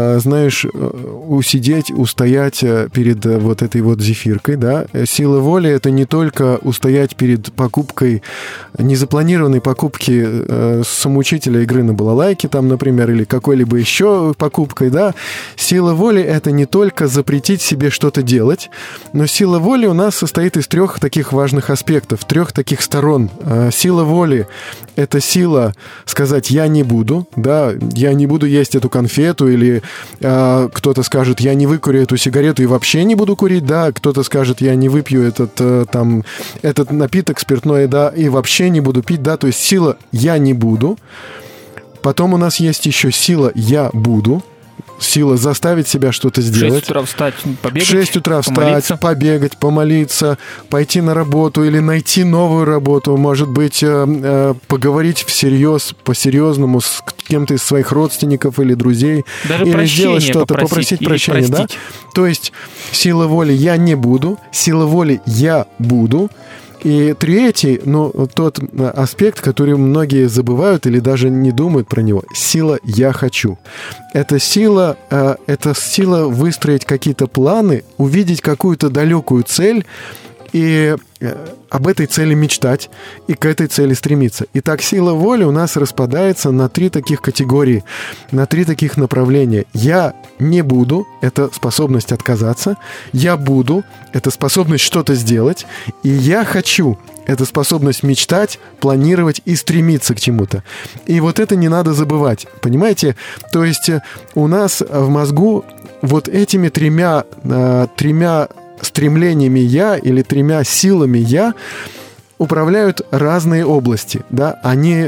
устоять перед вот этой вот зефиркой, да. Сила воли — это не только устоять перед покупкой, незапланированной покупки самоучителя игры на балалайке, там, например, или какой-либо еще покупкой, да. Сила воли — это не только запретить себе что-то делать, но сила воли у нас состоит из 3 таких важных аспектов, 3 таких сторон. Сила воли — это сила сказать «я не буду», да, я не буду есть эту конфету, или кто-то скажет «я не выкурю эту сигарету и вообще не буду курить», да, кто-то скажет «я не выпью этот напиток спиртной, да, и вообще не буду пить», да, то есть сила «я не буду». Потом у нас есть еще сила «я буду». Сила заставить себя что-то сделать. В 6 утра встать, побегать, 6 утра встать, побегать, помолиться, пойти на работу или найти новую работу, может быть, поговорить всерьез, по-серьезному с кем-то из своих родственников или друзей. Даже или сделать что-то, попросить прощения. Да? То есть сила воли «я не буду», сила воли «я буду». И 3, тот аспект, который многие забывают или даже не думают про него, сила «я хочу». Это сила выстроить какие-то планы, увидеть какую-то далекую цель и об этой цели мечтать и к этой цели стремиться. Итак, сила воли у нас распадается на 3 таких категории, на 3 таких направления. «Я не буду» — это способность отказаться, «я буду» — это способность что-то сделать, и «я хочу» — это способность мечтать, планировать и стремиться к чему-то. И вот это не надо забывать, понимаете? То есть у нас в мозгу вот этими 3 стремлениями «я» или 3 силами «я» управляют разные области, да, они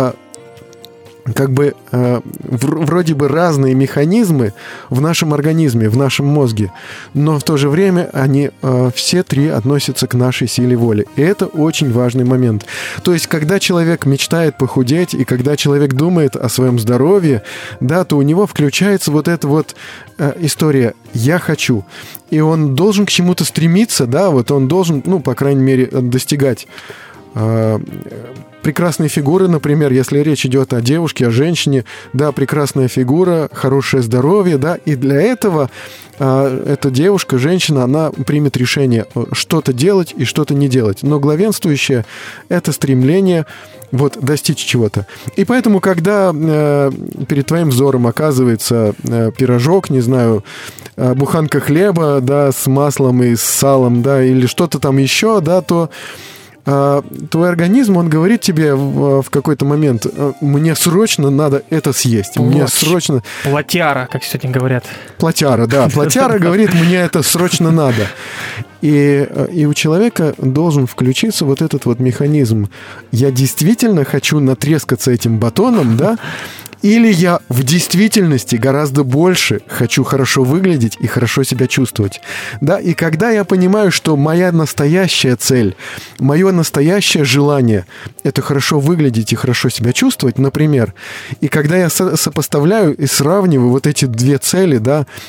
вроде бы разные механизмы в нашем организме, в нашем мозге, но в то же время они все 3 относятся к нашей силе воли. И это очень важный момент. То есть, когда человек мечтает похудеть, и когда человек думает о своем здоровье, да, то у него включается вот эта вот история «я хочу». И он должен к чему-то стремиться, да, вот он должен, по крайней мере, достигать прекрасные фигуры, например, если речь идет о девушке, о женщине, да, прекрасная фигура, хорошее здоровье, да, и для этого эта девушка, женщина, она примет решение что-то делать и что-то не делать. Но главенствующее — это стремление достичь чего-то. И поэтому, когда перед твоим взором оказывается пирожок, не знаю, буханка хлеба, да, с маслом и с салом, да, или что-то там еще, да, то твой организм, он говорит тебе в какой-то момент: мне срочно надо это съесть. Мне срочно... Плотяра, как сегодня говорят. Плотяра, да. Плотяра говорит: мне это срочно надо. И у человека должен включиться вот этот вот механизм. Я действительно хочу натрескаться этим батоном, да? Или я в действительности гораздо больше хочу хорошо выглядеть и хорошо себя чувствовать. Да? И когда я понимаю, что моя настоящая цель, мое настоящее желание — это хорошо выглядеть и хорошо себя чувствовать, например, и когда я сопоставляю и сравниваю вот эти 2 цели, да,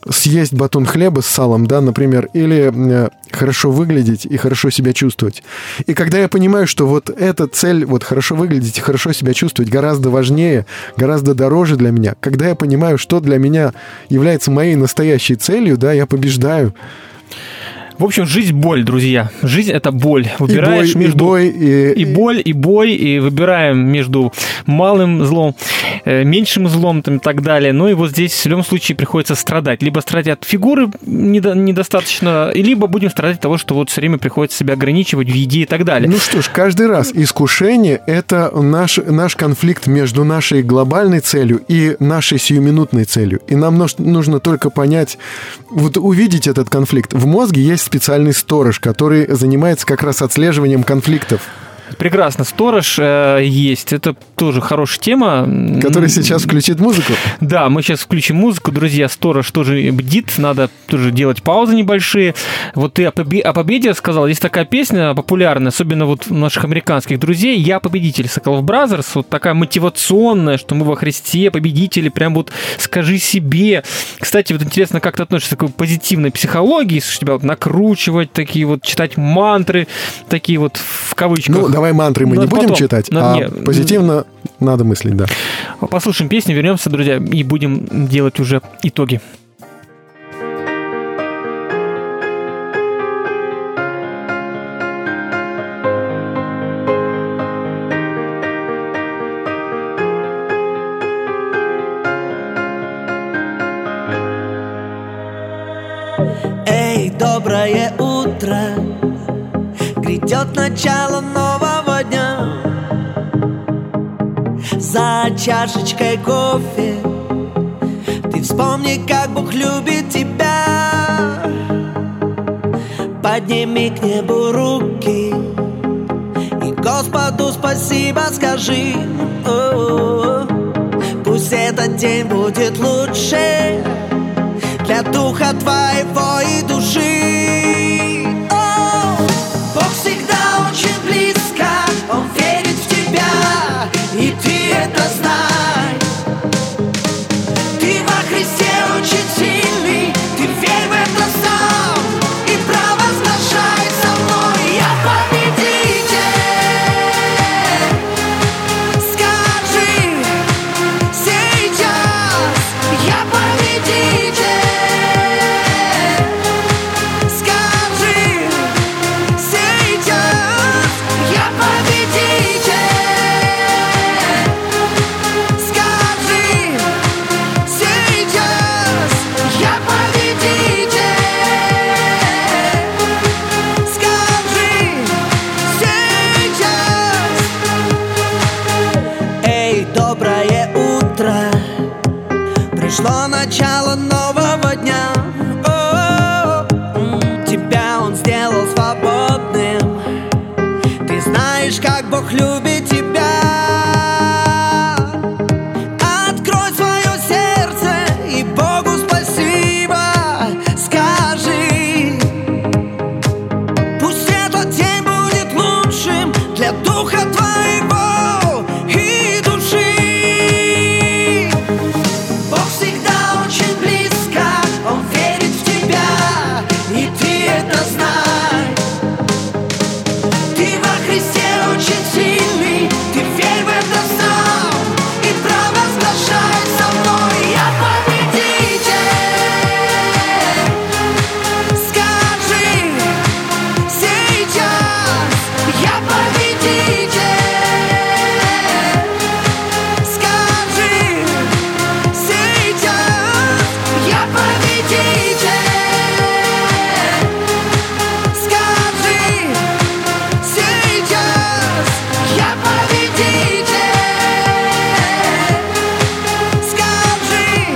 съесть батон хлеба с салом, да, например, или хорошо выглядеть и хорошо себя чувствовать. И когда я понимаю, что вот эта цель, вот хорошо выглядеть и хорошо себя чувствовать гораздо важнее, гораздо дороже для меня, когда я понимаю, что для меня является моей настоящей целью, да, я побеждаю. В общем, жизнь — боль, друзья. Жизнь — это боль. Выбираешь и боль, и бой, и выбираем между малым злом, меньшим злом и так далее. Ну и вот здесь в любом случае приходится страдать. Либо страдать от фигуры недостаточно, либо будем страдать от того, что вот все время приходится себя ограничивать в еде и так далее. Ну что ж, каждый раз искушение — это наш конфликт между нашей глобальной целью и нашей сиюминутной целью. И нам нужно только понять, вот увидеть этот конфликт. В мозге есть специальный сторож, который занимается как раз отслеживанием конфликтов. Прекрасно. Сторож есть. Это тоже хорошая тема. Который сейчас включит музыку. Да, мы сейчас включим музыку. Друзья, сторож тоже бдит. Надо тоже делать паузы небольшие. Вот ты о победе сказал. Есть такая песня популярная, особенно вот у наших американских друзей. «Я победитель» Соколов Бразерс. Вот такая мотивационная, что мы во Христе победители. Прям вот скажи себе. Кстати, вот интересно, как ты относишься к такой позитивной психологии, что тебя вот накручивать, такие вот читать мантры, такие вот в кавычках. Ну, давай мантры мы не будем читать, позитивно надо мыслить, да. Послушаем песню, вернемся, друзья, и будем делать уже итоги. Эй, доброе утро, грядет начало нового дня. За чашечкой кофе ты вспомни, как Бог любит тебя. Подними к небу руки и Господу спасибо скажи. Пусть этот день будет лучше для духа твоего и души. Бог всегда очень близко, Он верит в тебя, и ты это знай. Ты во Христе очень сильный, ты верь в это сам и провозглашай со мной: я победитель. Скажи сейчас: я победитель. Пришло начало нового дня. Тебя Он сделал свободным. Ты знаешь, как Бог любит тебя. Открой свое сердце и Богу спасибо скажи. Пусть этот день будет лучшим для духа твоего и души. Он верит в тебя, и ты это знай. Ты во Христе очень сильный, ты верь в это сам и провозглашай со мной: я победитель. Скажи сейчас: я победитель. Скажи сейчас: я победитель. Скажи сейчас: я победитель. Скажи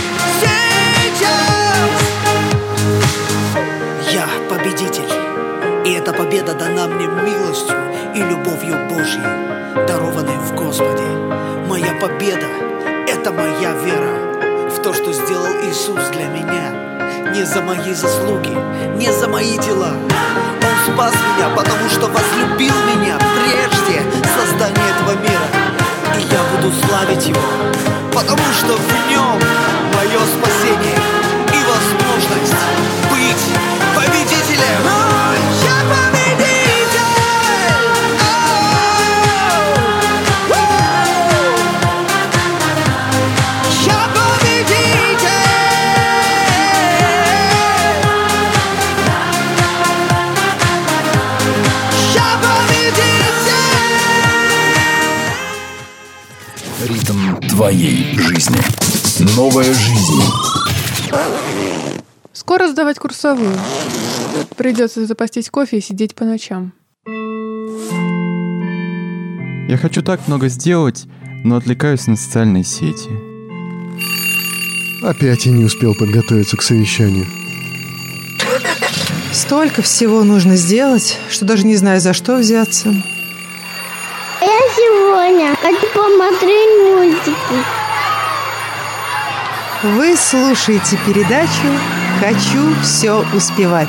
сейчас: я победитель. И эта победа дана мне милостью и любовью Божьей, дарованной в Господе. Моя победа — это моя вера в то, что сделал Иисус для меня. Не за мои заслуги, не за мои дела. Он спас меня, потому что возлюбил меня прежде создания этого мира. И я буду славить Его, потому что в Нем мое спасение и твоей жизни. Новая жизнь. Скоро сдавать курсовую. Придется запастись кофе и сидеть по ночам. Я хочу так много сделать, но отвлекаюсь на социальные сети. Опять я не успел подготовиться к совещанию. Столько всего нужно сделать, что даже не знаю, за что взяться. Я сегодня хочу посмотреть мультики. Вы слушаете передачу «Хочу все успевать».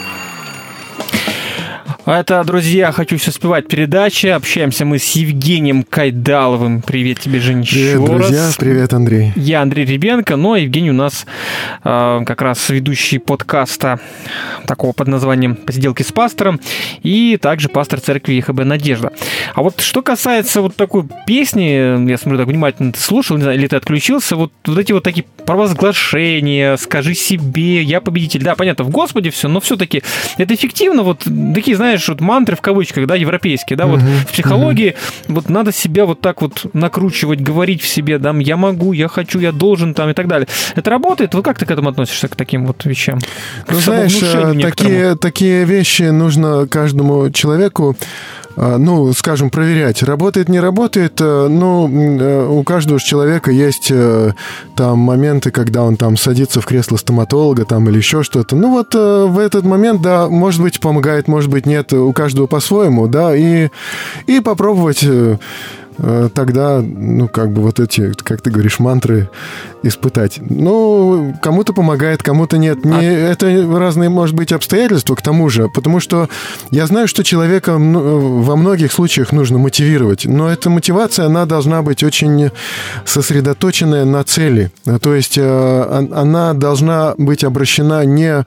Это, друзья, «Хочу все успевать» передача. Общаемся мы с Евгением Кайдаловым. Привет тебе, Жень, еще Привет, друзья. раз. Привет, Андрей. Я Андрей Ребенко, но Евгений у нас как раз ведущий подкаста такого под названием «Посиделки с пастором» и также пастор церкви ЕХБ «Надежда». А вот что касается вот такой песни, я смотрю, так внимательно ты слушал, не знаю, или ты отключился, вот эти вот такие провозглашения, «Скажи себе, я победитель». Да, понятно, в Господе все, но все-таки это эффективно, вот такие, знаешь, вот мантры в кавычках, да, европейские, да, вот в психологии вот надо себя вот так вот накручивать, говорить в себе, да, я могу, я хочу, я должен, там, и так далее. Это работает? Вот как ты к этому относишься, к таким вот вещам? Ну, знаешь, такие вещи нужно каждому человеку, ну, скажем, проверять. Работает, не работает, ну, у каждого человека есть там моменты, когда он там садится в кресло стоматолога там или еще что-то. Ну, вот в этот момент, да, может быть, помогает, может быть, нет, у каждого по-своему, да, и попробовать тогда, ну, как бы вот эти, как ты говоришь, мантры испытать. Ну, кому-то помогает, кому-то нет. Это разные, может быть, обстоятельства к тому же, потому что я знаю, что человека во многих случаях нужно мотивировать, но эта мотивация, она должна быть очень сосредоточенная на цели. То есть она должна быть обращена не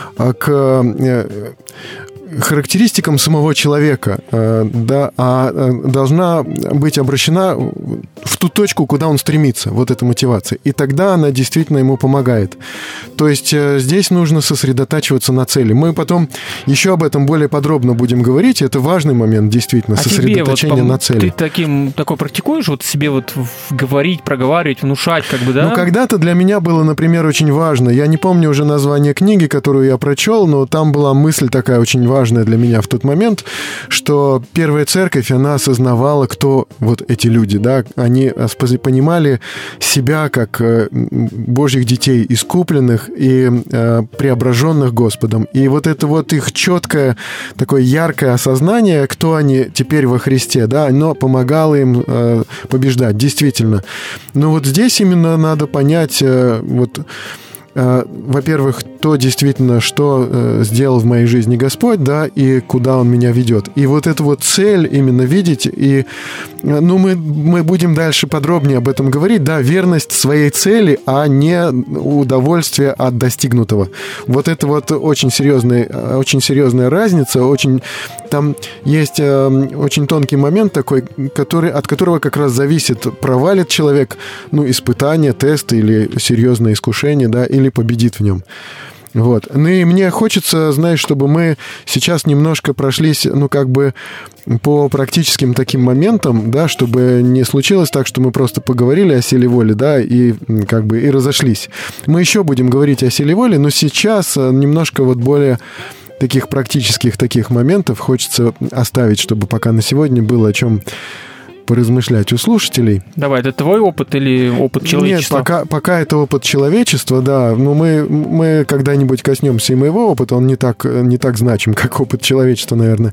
к характеристикам самого человека, да, а должна быть обращена в ту точку, куда он стремится, вот эта мотивация. И тогда она действительно ему помогает. То есть здесь нужно сосредотачиваться на цели. Мы потом еще об этом более подробно будем говорить. Это важный момент, действительно, сосредоточение на цели. Ты такое практикуешь, вот себе вот говорить, проговаривать, внушать, как бы, да? Ну, когда-то для меня было, например, очень важно. Я не помню уже название книги, которую я прочел, но там была мысль такая очень важная для меня в тот момент, что первая церковь, она осознавала, кто вот эти люди, да, они понимали себя как Божьих детей, искупленных и преображенных Господом. И вот это вот их четкое, такое яркое осознание, кто они теперь во Христе, да, оно помогало им побеждать, действительно. Но вот здесь именно надо понять, вот, во-первых, то действительно, что сделал в моей жизни Господь, да, и куда Он меня ведет. И вот эту вот цель именно видеть, и, ну, мы будем дальше подробнее об этом говорить, да, верность своей цели, а не удовольствие от достигнутого. Вот это вот очень серьезная разница, там есть очень тонкий момент такой, от которого как раз зависит, провалит человек, ну, испытание, тест или серьезное искушение, да, или победит в нем. Вот. Ну и мне хочется, знаешь, чтобы мы сейчас немножко прошлись, ну, как бы по практическим таким моментам, да, чтобы не случилось так, что мы просто поговорили о силе воли, да, и как бы и разошлись. Мы еще будем говорить о силе воли, но сейчас немножко вот более таких практических таких моментов хочется оставить, чтобы пока на сегодня было о чем поразмышлять у слушателей. Давай, это твой опыт или опыт человечества? Нет, пока это опыт человечества, да. Но мы когда-нибудь коснемся и моего опыта, он не так значим, как опыт человечества, наверное.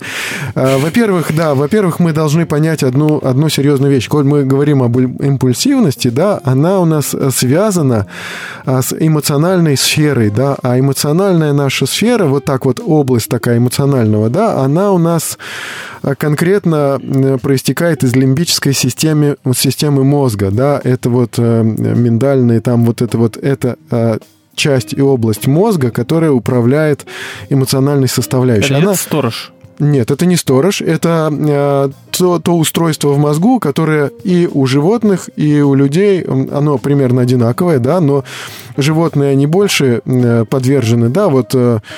Во-первых, мы должны понять одну серьезную вещь. Коль мы говорим об импульсивности, да, она у нас связана с эмоциональной сферой, да, а эмоциональная наша сфера, вот так вот область такая эмоционального, да, она у нас конкретно проистекает из лимбической системы мозга, да, это вот миндальные, там вот это часть и область мозга, которая управляет эмоциональной составляющей. Это сторож? Нет, это не сторож, это то устройство в мозгу, которое и у животных, и у людей, оно примерно одинаковое, да, но животные, они больше подвержены, да, вот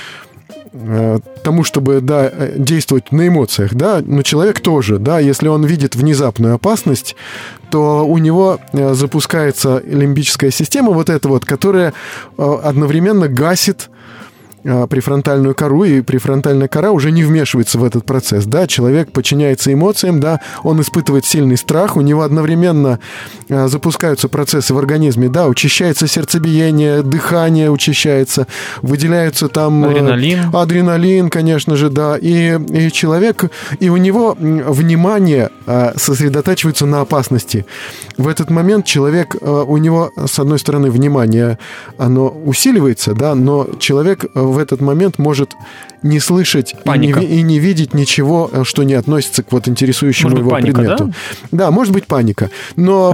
тому, чтобы, да, действовать на эмоциях, да, но человек тоже, да, если он видит внезапную опасность, то у него запускается лимбическая система, вот эта вот, которая одновременно гасит префронтальную кору, и префронтальная кора уже не вмешивается в этот процесс, да, человек подчиняется эмоциям, да, он испытывает сильный страх, у него одновременно запускаются процессы в организме, да, учащается сердцебиение, дыхание учащается, выделяются там... Адреналин, конечно же, да, и человек, и у него внимание сосредотачивается на опасности. В этот момент человек, у него, с одной стороны, внимание, оно усиливается, да, но человек в этот момент может не слышать и не видеть ничего, что не относится к вот интересующему может его паника, предмету. Да, может быть паника. Но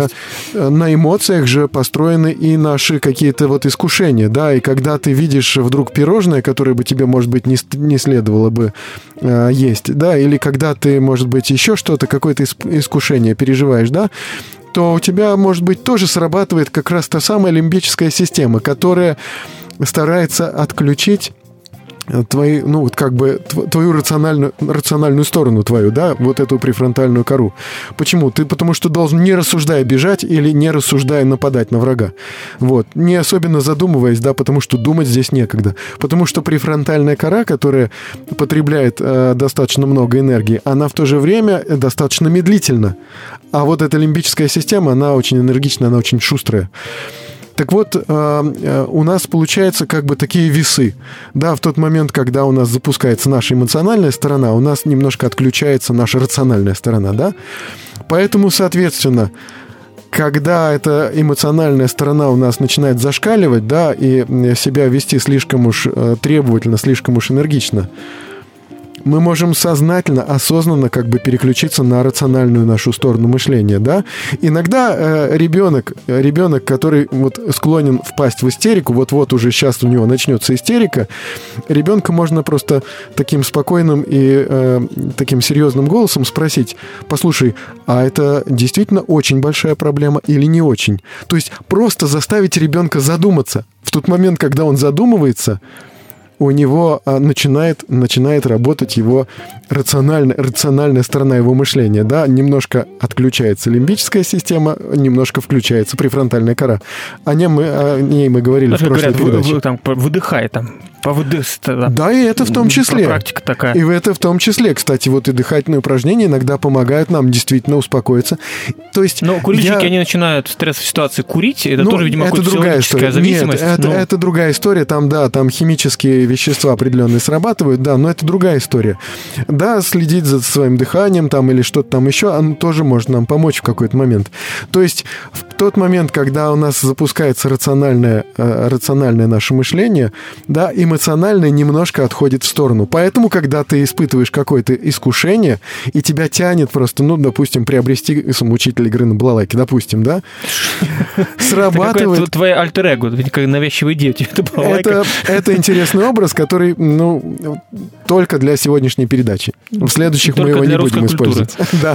на эмоциях же построены и наши какие-то вот искушения, да, и когда ты видишь вдруг пирожное, которое бы тебе, может быть, не следовало бы есть, да, или когда ты, может быть, еще что-то, какое-то искушение переживаешь, да, то у тебя, может быть, тоже срабатывает как раз та самая лимбическая система, которая старается отключить твою, ну, вот как бы твою рациональную сторону твою, да, вот эту префронтальную кору. Почему? Ты потому что должен, не рассуждая, бежать или не рассуждая, нападать на врага. Вот. Не особенно задумываясь, да, потому что думать здесь некогда. Потому что префронтальная кора, которая потребляет достаточно много энергии, она в то же время достаточно медлительна. А вот эта лимбическая система, она очень энергичная, она очень шустрая. Так вот, у нас получается как бы такие весы. Да, в тот момент, когда у нас запускается наша эмоциональная сторона, у нас немножко отключается наша рациональная сторона, да? Поэтому, соответственно, когда эта эмоциональная сторона у нас начинает зашкаливать, да, и себя вести слишком уж требовательно, слишком уж энергично, мы можем сознательно, осознанно как бы переключиться на рациональную нашу сторону мышления, да. Иногда ребенок, который вот склонен впасть в истерику, вот-вот уже сейчас у него начнется истерика, ребенка можно просто таким спокойным и таким серьезным голосом спросить: послушай, а это действительно очень большая проблема или не очень? То есть просто заставить ребенка задуматься. В тот момент, когда он задумывается, у него начинает работать его рациональная сторона его мышления, да, немножко отключается лимбическая система, немножко включается префронтальная кора. О ней мы говорили в прошлой передаче. Выдыхай там. Да, и это в том числе. Практика такая. И это в том числе. Кстати, вот и дыхательные упражнения иногда помогают нам действительно успокоиться. То есть но курильщики, они начинают в стрессовой ситуации курить, это тоже, видимо, какая-то психологическая зависимость. Нет, это другая история. Там, да, там химические вещества определенные срабатывают, да, но это другая история. Да, следить за своим дыханием там или что-то там еще, оно тоже может нам помочь в какой-то момент. То есть в тот момент, когда у нас запускается рациональное наше мышление, да, эмоциональное немножко отходит в сторону. Поэтому, когда ты испытываешь какое-то искушение, и тебя тянет просто, ну, допустим, приобрести учитель игры на балалайке, допустим, да, срабатывает... Это твоя альтер-эго, как навязчивая идея у тебя, это балалайка. Это интересный образ, который, ну, только для сегодняшней передачи. В следующих мы его не будем использовать. Да.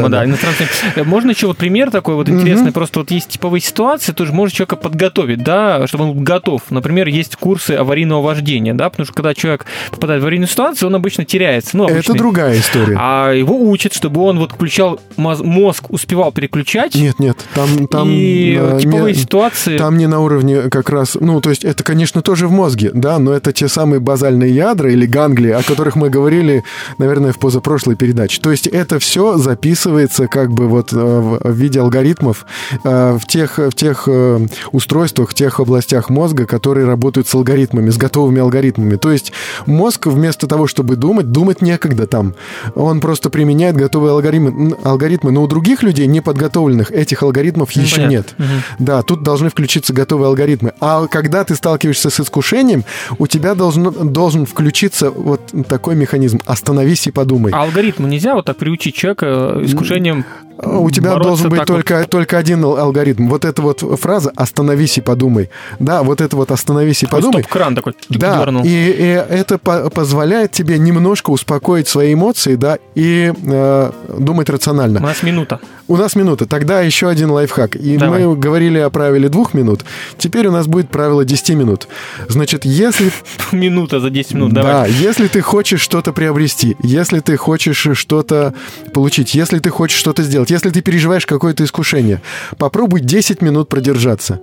Можно еще вот пример такой вот интересный, просто вот есть типовые ситуации, тоже можно человека подготовить, да, чтобы он был готов. Например, есть курсы аварийного вождения, да, потому что когда человек попадает в аварийную ситуацию, он обычно теряется. Ну, это другая история. А его учат, чтобы он вот включал мозг, успевал переключать. Нет, там и типовые ситуации. Там не на уровне как раз, ну, то есть это, конечно, тоже в мозге, да, но это те самые базальные ядра или ганглии, о которых мы говорили, наверное, в позапрошлой передаче. То есть это все записывается как бы вот в виде алгоритмов в тех устройствах, в тех областях мозга, которые работают с алгоритмами, с готовыми алгоритмами. То есть мозг вместо того, чтобы думать некогда там. Он просто применяет готовые алгоритмы. Но у других людей, неподготовленных, этих алгоритмов еще нет. Да, тут должны включиться готовые алгоритмы. А когда ты сталкиваешься с искушением, у тебя должен включиться вот такой механизм. Остановись и подумай. А алгоритму нельзя вот так приучить человека искушением? У тебя должен быть только один алгоритм. Вот эта вот фраза «остановись и подумай». Да, вот это вот «остановись и подумай». Стоп-кран такой. Да, дернул. и это позволяет тебе немножко успокоить свои эмоции, да, и думать рационально. У нас минута. Тогда еще один лайфхак. И давай. Мы говорили о правиле 2 минут. Теперь у нас будет правило 10 минут. Значит, если... Минута за 10 минут, давай. Да, если ты хочешь что-то приобрести, если ты хочешь что-то получить, если ты хочешь что-то сделать, если ты переживаешь какое-то искушение, попробуй 10 минут продержаться.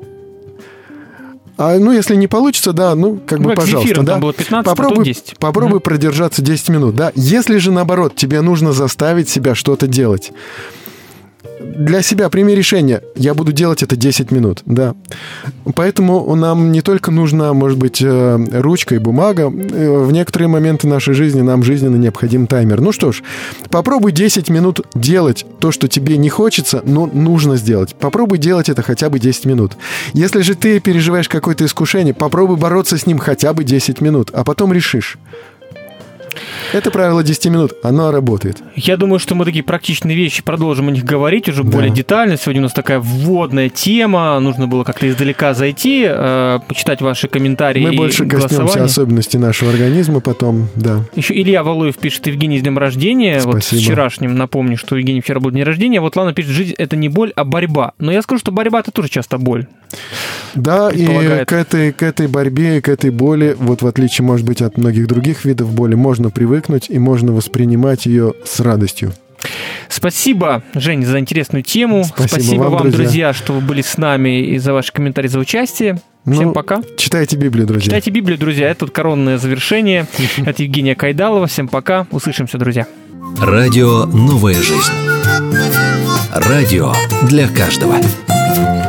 Если не получится, да, пожалуйста. Зефиром, да. Там было 15, попробуй 10. Попробуй продержаться 10 минут, да. Если же, наоборот, тебе нужно заставить себя что-то делать, для себя прими решение, я буду делать это 10 минут, да. Поэтому нам не только нужна, может быть, ручка и бумага, в некоторые моменты нашей жизни нам жизненно необходим таймер. Ну что ж, попробуй 10 минут делать то, что тебе не хочется, но нужно сделать. Попробуй делать это хотя бы 10 минут. Если же ты переживаешь какое-то искушение, попробуй бороться с ним хотя бы 10 минут, а потом решишь. Это правило 10 минут, оно работает. Я думаю, что мы такие практичные вещи продолжим о них говорить уже более детально. Сегодня у нас такая вводная тема. Нужно было как-то издалека зайти, почитать ваши комментарии. Мы больше коснемся особенностей нашего организма потом, да. Еще Илья Валуев пишет: Евгений, с днем рождения. Спасибо. Вот с вчерашним напомню, что у Евгения вчера был день рождения. Вот Лана пишет: жизнь — это не боль, а борьба. Но я скажу, что борьба — это тоже часто боль. Да, и к этой борьбе, к этой боли, вот в отличие, может быть, от многих других видов боли, можно привыкнуть и можно воспринимать ее с радостью. Спасибо, Жень, за интересную тему. Спасибо вам, друзья, что вы были с нами, и за ваши комментарии, за участие. Всем пока. Читайте Библию, друзья. Читайте Библию, друзья. Это коронное завершение от Евгения Кайдалова. Всем пока. Услышимся, друзья. Радио «Новая жизнь». Радио для каждого.